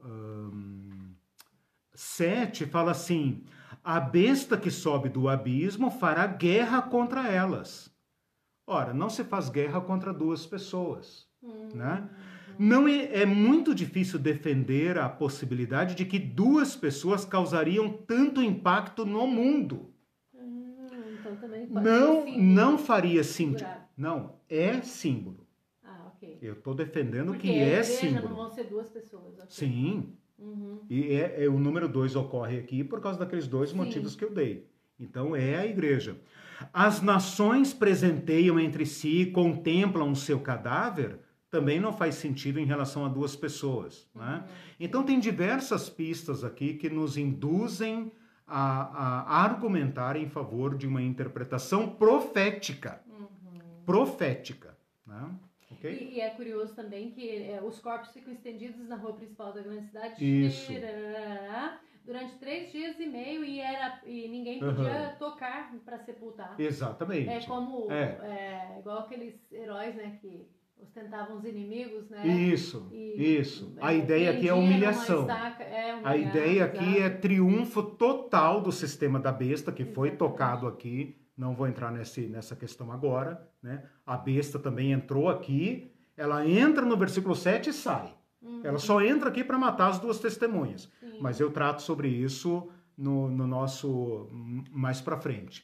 Speaker 1: 7 fala assim, a besta que sobe do abismo fará guerra contra elas. Ora, não se faz guerra contra 2 pessoas, né? Não é muito difícil defender a possibilidade de que 2 pessoas causariam tanto impacto no mundo.
Speaker 2: Então também pode ser
Speaker 1: não faria sentido. Não, é símbolo.
Speaker 2: Ok.
Speaker 1: Eu estou defendendo
Speaker 2: porque
Speaker 1: que é símbolo.
Speaker 2: Não vão ser 2 pessoas. Okay.
Speaker 1: Sim. E o número 2 ocorre aqui por causa daqueles 2 motivos que eu dei. Então é a igreja. As nações presenteiam entre si e contemplam o seu cadáver, também não faz sentido em relação a 2 pessoas, né? Então tem diversas pistas aqui que nos induzem a argumentar em favor de uma interpretação profética. Profética, né? Okay?
Speaker 2: E é curioso também que os corpos ficam estendidos na rua principal da grande cidade.
Speaker 1: Isso.
Speaker 2: Durante 3 dias e meio e ninguém podia tocar para sepultar.
Speaker 1: Exatamente.
Speaker 2: É como igual aqueles heróis, né, que ostentavam os inimigos, né?
Speaker 1: Isso. A ideia aqui é humilhação. A ideia aqui é triunfo total do sistema da besta, que foi tocado aqui. Não vou entrar nessa questão agora, né? A besta também entrou aqui. Ela entra no versículo 7 e sai. Ela só entra aqui para matar as 2 testemunhas. Sim. Mas eu trato sobre isso no nosso mais para frente.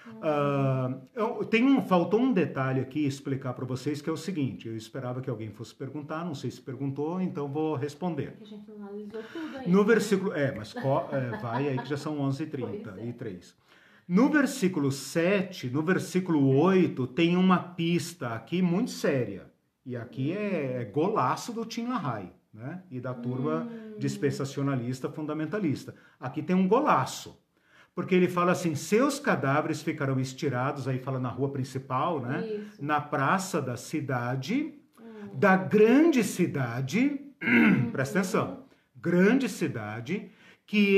Speaker 1: Faltou um detalhe aqui explicar para vocês, que é o seguinte, eu esperava que alguém fosse perguntar, não sei se perguntou, então vou responder.
Speaker 2: A gente não analisou tudo ainda.
Speaker 1: No versículo, vai aí que já são 11h33. No versículo 7, no versículo 8, tem uma pista aqui muito séria. E aqui é golaço do Tim LaHaye, né? E da turma dispensacionalista fundamentalista. Aqui tem um golaço. Porque ele fala assim, seus cadáveres ficarão estirados, aí fala na rua principal, né? Isso. Na praça da cidade, da grande cidade, presta atenção, grande cidade, que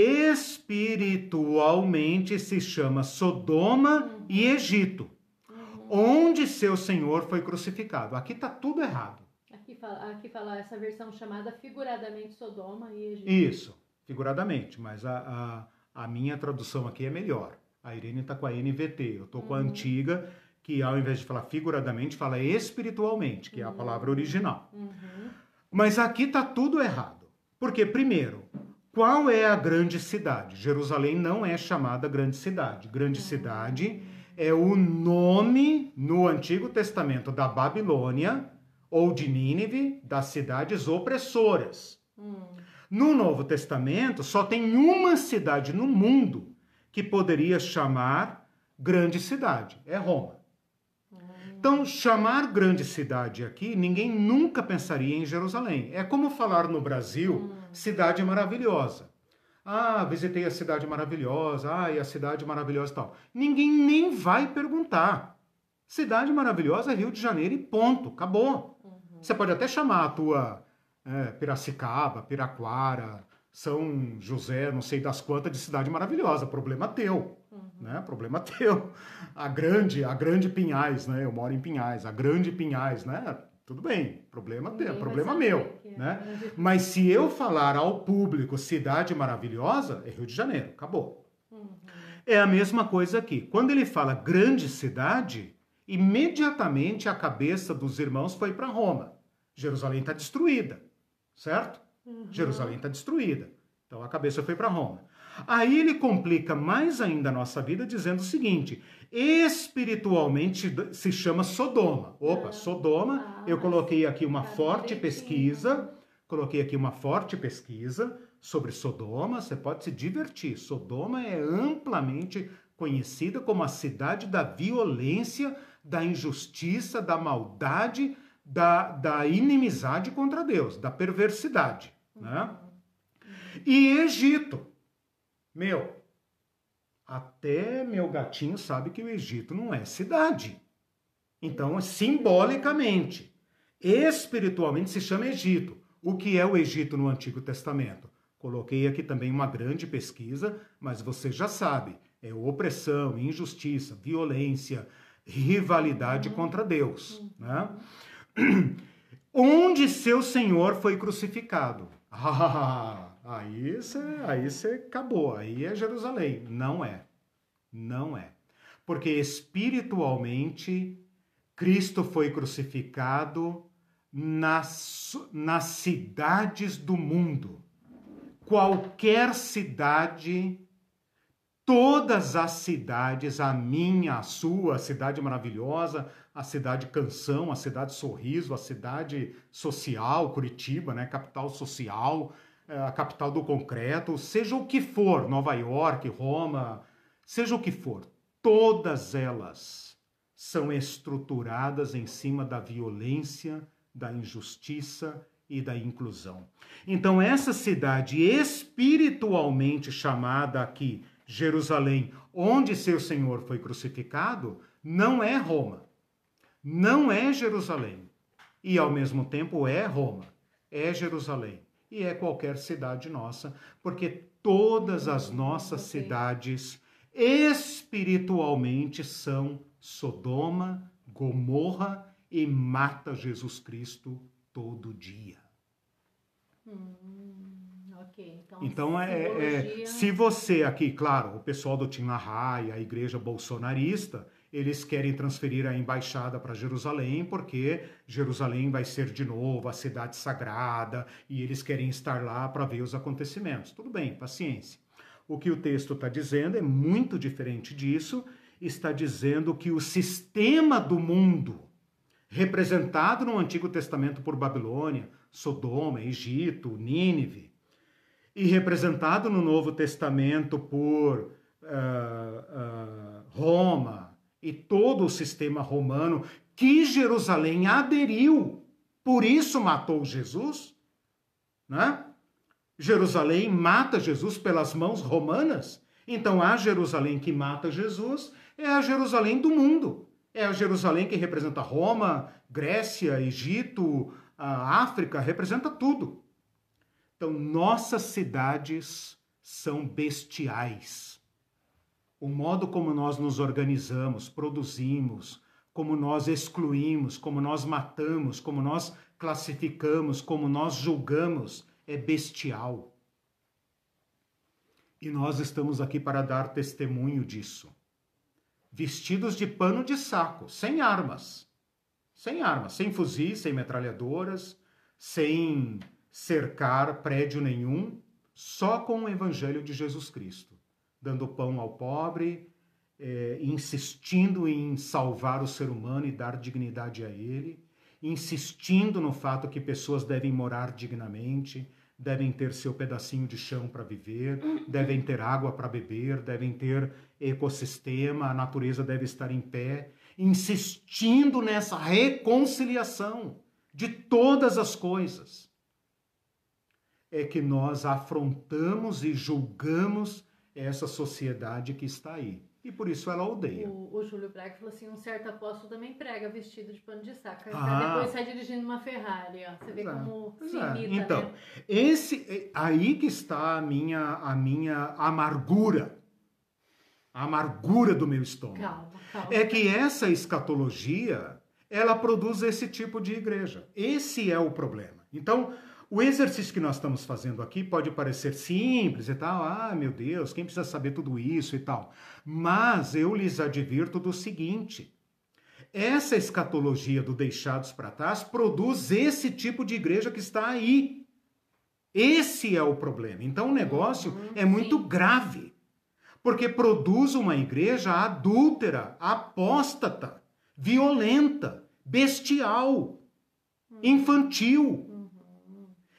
Speaker 1: espiritualmente se chama Sodoma e Egito, onde seu Senhor foi crucificado. Aqui está tudo errado.
Speaker 2: Aqui fala essa versão chamada figuradamente Sodoma e Egito.
Speaker 1: Isso, figuradamente, mas a minha tradução aqui é melhor. A Irene está com a NVT, eu estou com a antiga, que ao invés de falar figuradamente, fala espiritualmente, que é a palavra original. Mas aqui está tudo errado. Porque, primeiro, qual é a grande cidade? Jerusalém não é chamada grande cidade. Grande cidade é o nome no Antigo Testamento da Babilônia ou de Nínive, das cidades opressoras. No Novo Testamento, só tem uma cidade no mundo que poderia chamar grande cidade. É Roma. Então, chamar grande cidade aqui, ninguém nunca pensaria em Jerusalém. É como falar no Brasil, cidade maravilhosa. Ah, visitei a cidade maravilhosa. Ah, e a cidade maravilhosa e tal. Ninguém nem vai perguntar. Cidade maravilhosa é Rio de Janeiro e ponto. Acabou. Você pode até chamar a tua Piracicaba, Piraquara, São José, não sei das quantas, de cidade maravilhosa. Problema teu. Né? Problema teu. A grande Pinhais, né? Eu moro em Pinhais. A grande Pinhais, né? Tudo bem, problema teu, problema meu, né? Mas se eu falar ao público cidade maravilhosa, é Rio de Janeiro, acabou. É a mesma coisa aqui. Quando ele fala grande cidade, imediatamente a cabeça dos irmãos foi para Roma. Jerusalém está destruída, certo? Jerusalém está destruída. Então a cabeça foi para Roma. Aí ele complica mais ainda a nossa vida dizendo o seguinte, espiritualmente se chama Sodoma. Opa, Sodoma, eu coloquei aqui uma forte pesquisa, sobre Sodoma, você pode se divertir. Sodoma é amplamente conhecida como a cidade da violência, da injustiça, da maldade, da inimizade contra Deus, da perversidade, né? E Egito, até meu gatinho sabe que o Egito não é cidade. Então, simbolicamente, espiritualmente se chama Egito. O que é o Egito no Antigo Testamento? Coloquei aqui também uma grande pesquisa, mas você já sabe, é opressão, injustiça, violência, rivalidade contra Deus, né? Onde seu Senhor foi crucificado. Aí você acabou, aí é Jerusalém. Não é. Porque espiritualmente, Cristo foi crucificado nas cidades do mundo. Qualquer cidade, todas as cidades, a minha, a sua, a cidade maravilhosa, a cidade Canção, a cidade Sorriso, a cidade social, Curitiba, né, capital social, a capital do concreto, seja o que for, Nova York, Roma, seja o que for, todas elas são estruturadas em cima da violência, da injustiça e da inclusão. Então, essa cidade espiritualmente chamada aqui Jerusalém, onde seu Senhor foi crucificado, não é Roma, não é Jerusalém. E, ao mesmo tempo, é Roma, é Jerusalém. E é qualquer cidade nossa, porque todas as nossas cidades espiritualmente são Sodoma, Gomorra e mata Jesus Cristo todo dia.
Speaker 2: Ok.
Speaker 1: Então se você aqui, claro, o pessoal do Tim LaHaye, a igreja bolsonarista, eles querem transferir a embaixada para Jerusalém, porque Jerusalém vai ser de novo a cidade sagrada, e eles querem estar lá para ver os acontecimentos. Tudo bem, paciência. O que o texto está dizendo é muito diferente disso, está dizendo que o sistema do mundo, representado no Antigo Testamento por Babilônia, Sodoma, Egito, Nínive, e representado no Novo Testamento por Roma e todo o sistema romano, que Jerusalém aderiu, por isso matou Jesus, né? Jerusalém mata Jesus pelas mãos romanas, então a Jerusalém que mata Jesus é a Jerusalém do mundo, é a Jerusalém que representa Roma, Grécia, Egito, a África, representa tudo. Então, nossas cidades são bestiais. O modo como nós nos organizamos, produzimos, como nós excluímos, como nós matamos, como nós classificamos, como nós julgamos, é bestial. E nós estamos aqui para dar testemunho disso. Vestidos de pano de saco, sem armas, sem fuzis, sem metralhadoras, sem cercar prédio nenhum, só com o evangelho de Jesus Cristo, dando pão ao pobre, insistindo em salvar o ser humano e dar dignidade a ele, insistindo no fato que pessoas devem morar dignamente, devem ter seu pedacinho de chão para viver, devem ter água para beber, devem ter ecossistema, a natureza deve estar em pé, insistindo nessa reconciliação de todas as coisas. É que nós afrontamos e julgamos essa sociedade que está aí. E por isso ela odeia.
Speaker 2: O Júlio Braga falou assim, um certo apóstolo também prega vestido de pano de saco. Depois sai dirigindo uma Ferrari, ó. Você vê como se imita,
Speaker 1: então,
Speaker 2: né?
Speaker 1: Aí que está a minha amargura. A amargura do meu estômago.
Speaker 2: Calma.
Speaker 1: É que essa escatologia, ela produz esse tipo de igreja. Esse é o problema. Então, o exercício que nós estamos fazendo aqui pode parecer simples e tal. Ah, meu Deus, quem precisa saber tudo isso e tal? Mas eu lhes advirto do seguinte. Essa escatologia do deixados para trás produz esse tipo de igreja que está aí. Esse é o problema. Então o negócio é muito grave. Porque produz uma igreja adúltera, apóstata, violenta, bestial, infantil.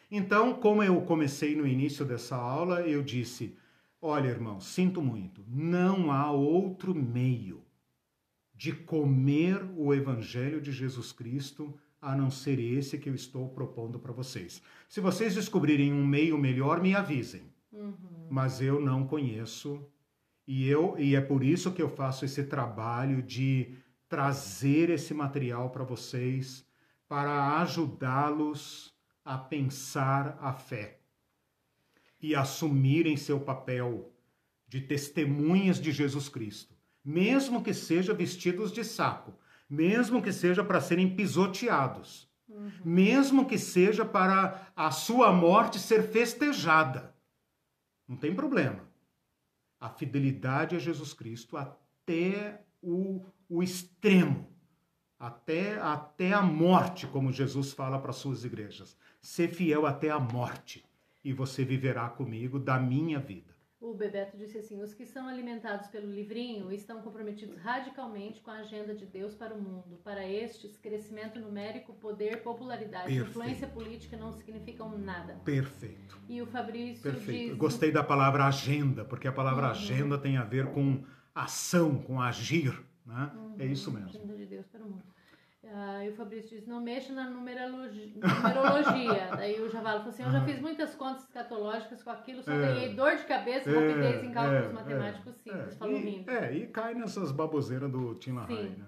Speaker 1: Então, como eu comecei no início dessa aula, eu disse, olha, irmão, sinto muito, não há outro meio de comer o Evangelho de Jesus Cristo a não ser esse que eu estou propondo para vocês. Se vocês descobrirem um meio melhor, me avisem. Mas eu não conheço, e é por isso que eu faço esse trabalho de trazer esse material para vocês, para ajudá-los a pensar a fé e assumirem seu papel de testemunhas de Jesus Cristo, mesmo que seja vestidos de saco, mesmo que seja para serem pisoteados, mesmo que seja para a sua morte ser festejada. Não tem problema. A fidelidade a Jesus Cristo até o extremo, até a morte, como Jesus fala para as suas igrejas. Ser fiel até a morte, e você viverá comigo da minha vida.
Speaker 2: O Bebeto disse assim, os que são alimentados pelo livrinho estão comprometidos radicalmente com a agenda de Deus para o mundo. Para estes, crescimento numérico, poder, popularidade, influência política não significam nada.
Speaker 1: Perfeito.
Speaker 2: E o Fabrício diz...
Speaker 1: Eu gostei da palavra agenda, porque a palavra agenda tem a ver com ação, com agir, né? É isso mesmo.
Speaker 2: Agenda de Deus para o mundo. E o Fabrício diz, não mexa na numerologia. Daí o Javalo falou assim, eu já fiz muitas contas escatológicas com aquilo, só ganhei dor de cabeça e rapidez em cálculos matemáticos simples. Falou rindo.
Speaker 1: E cai nessas baboseiras do Tim LaHaye,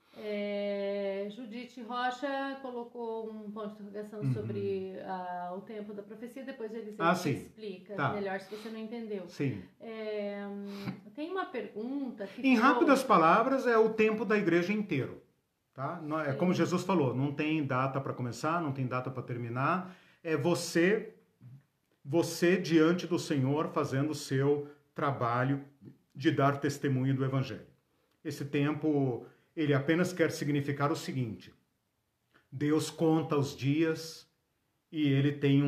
Speaker 1: né?
Speaker 2: Judite Rocha colocou um ponto de interrogação sobre o tempo da profecia, depois ele explica melhor se você não entendeu.
Speaker 1: Sim.
Speaker 2: Tem uma pergunta que...
Speaker 1: Em rápidas palavras, é o tempo da igreja inteiro. Tá? É como Jesus falou, não tem data para começar, não tem data para terminar. É você diante do Senhor fazendo o seu trabalho de dar testemunho do Evangelho. Esse tempo, ele apenas quer significar o seguinte: Deus conta os dias e ele tem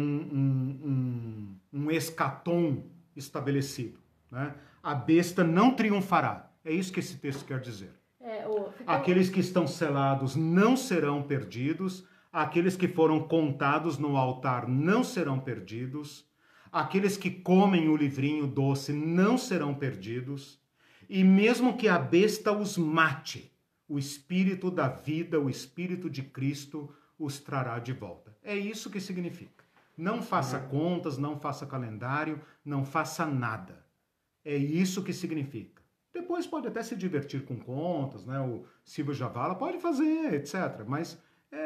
Speaker 1: um escatom estabelecido, né? A besta não triunfará. É isso que esse texto quer dizer. Aqueles que estão selados não serão perdidos, aqueles que foram contados no altar não serão perdidos, aqueles que comem o livrinho doce não serão perdidos, e mesmo que a besta os mate, o Espírito da vida, o Espírito de Cristo os trará de volta. É isso que significa. Não faça contas, não faça calendário, não faça nada. É isso que significa. Depois pode até se divertir com contas, né? O Silvio Javala pode fazer, etc. Mas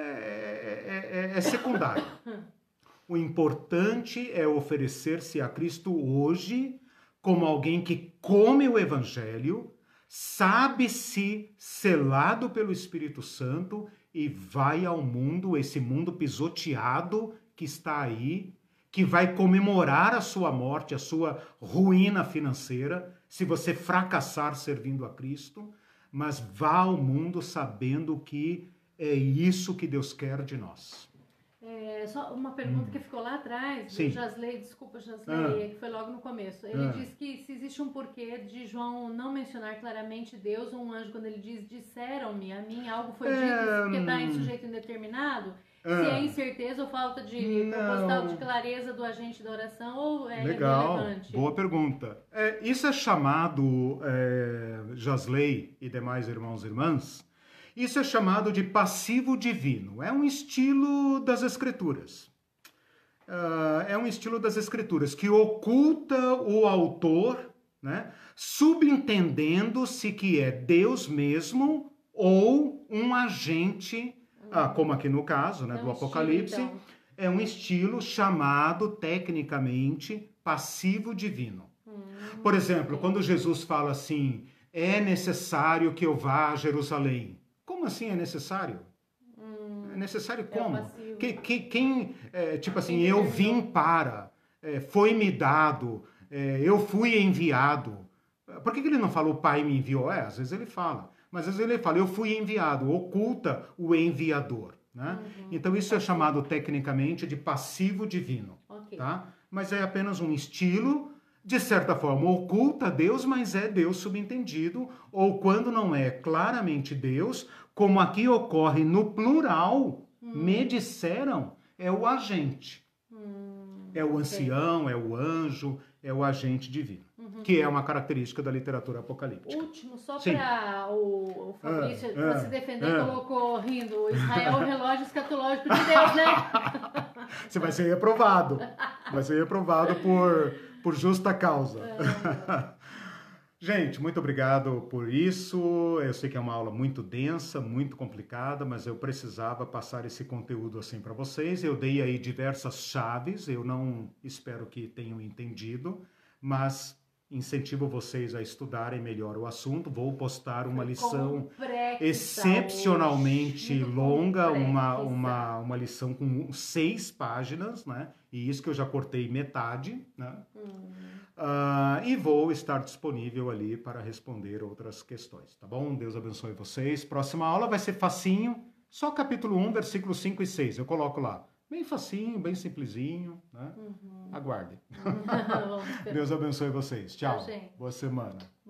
Speaker 1: é secundário. O importante é oferecer-se a Cristo hoje como alguém que come o Evangelho, sabe-se selado pelo Espírito Santo e vai ao mundo, esse mundo pisoteado que está aí, que vai comemorar a sua morte, a sua ruína financeira, se você fracassar servindo a Cristo, mas vá ao mundo sabendo que é isso que Deus quer de nós.
Speaker 2: Só uma pergunta que ficou lá atrás, do Jasley, desculpa, Jasley, que foi logo no começo. Ele diz que se existe um porquê de João não mencionar claramente Deus ou um anjo, quando ele diz, disseram-me, a mim algo foi dito, porque está em sujeito indeterminado, se é incerteza ou falta de proposital de clareza do agente da oração ou é irrelevante?
Speaker 1: Boa pergunta. Isso é chamado, Jasley e demais irmãos e irmãs, isso é chamado de passivo divino. É um estilo das Escrituras. É um estilo das Escrituras que oculta o autor, né, subentendendo-se que é Deus mesmo ou um agente, como aqui no caso, né, do Apocalipse, então. É um estilo chamado, tecnicamente, passivo divino. Por exemplo, quando Jesus fala assim, é necessário que eu vá a Jerusalém. Como assim é necessário? É necessário como? Tipo assim, eu vim para, foi-me dado, eu fui enviado. Por que ele não fala o Pai me enviou? Às vezes ele fala. Mas às vezes ele fala, eu fui enviado, oculta o enviador. Né? Então isso é chamado tecnicamente de passivo divino. Tá? Mas é apenas um estilo, de certa forma oculta Deus, mas é Deus subentendido, ou quando não é claramente Deus, como aqui ocorre no plural, me disseram, é o agente. É o ancião, é o anjo, é o agente divino, que é uma característica da literatura apocalíptica.
Speaker 2: Último, só para o Fabrício, para se defender, colocou rindo, Israel é o relógio escatológico de Deus, né?
Speaker 1: Você vai ser reprovado. Vai ser reprovado por justa causa. Gente, muito obrigado por isso. Eu sei que é uma aula muito densa, muito complicada, mas eu precisava passar esse conteúdo assim para vocês. Eu dei aí diversas chaves, eu não espero que tenham entendido, mas incentivo vocês a estudarem melhor o assunto. Vou postar uma lição excepcionalmente longa, uma lição com 6 páginas, né? E isso que eu já cortei metade, né? E vou estar disponível ali para responder outras questões, tá bom? Deus abençoe vocês. Próxima aula vai ser facinho, só capítulo 1, versículos 5 e 6. Eu coloco lá. Bem facinho, bem simplesinho, né? Aguardem. Deus abençoe vocês. Tchau. Boa semana.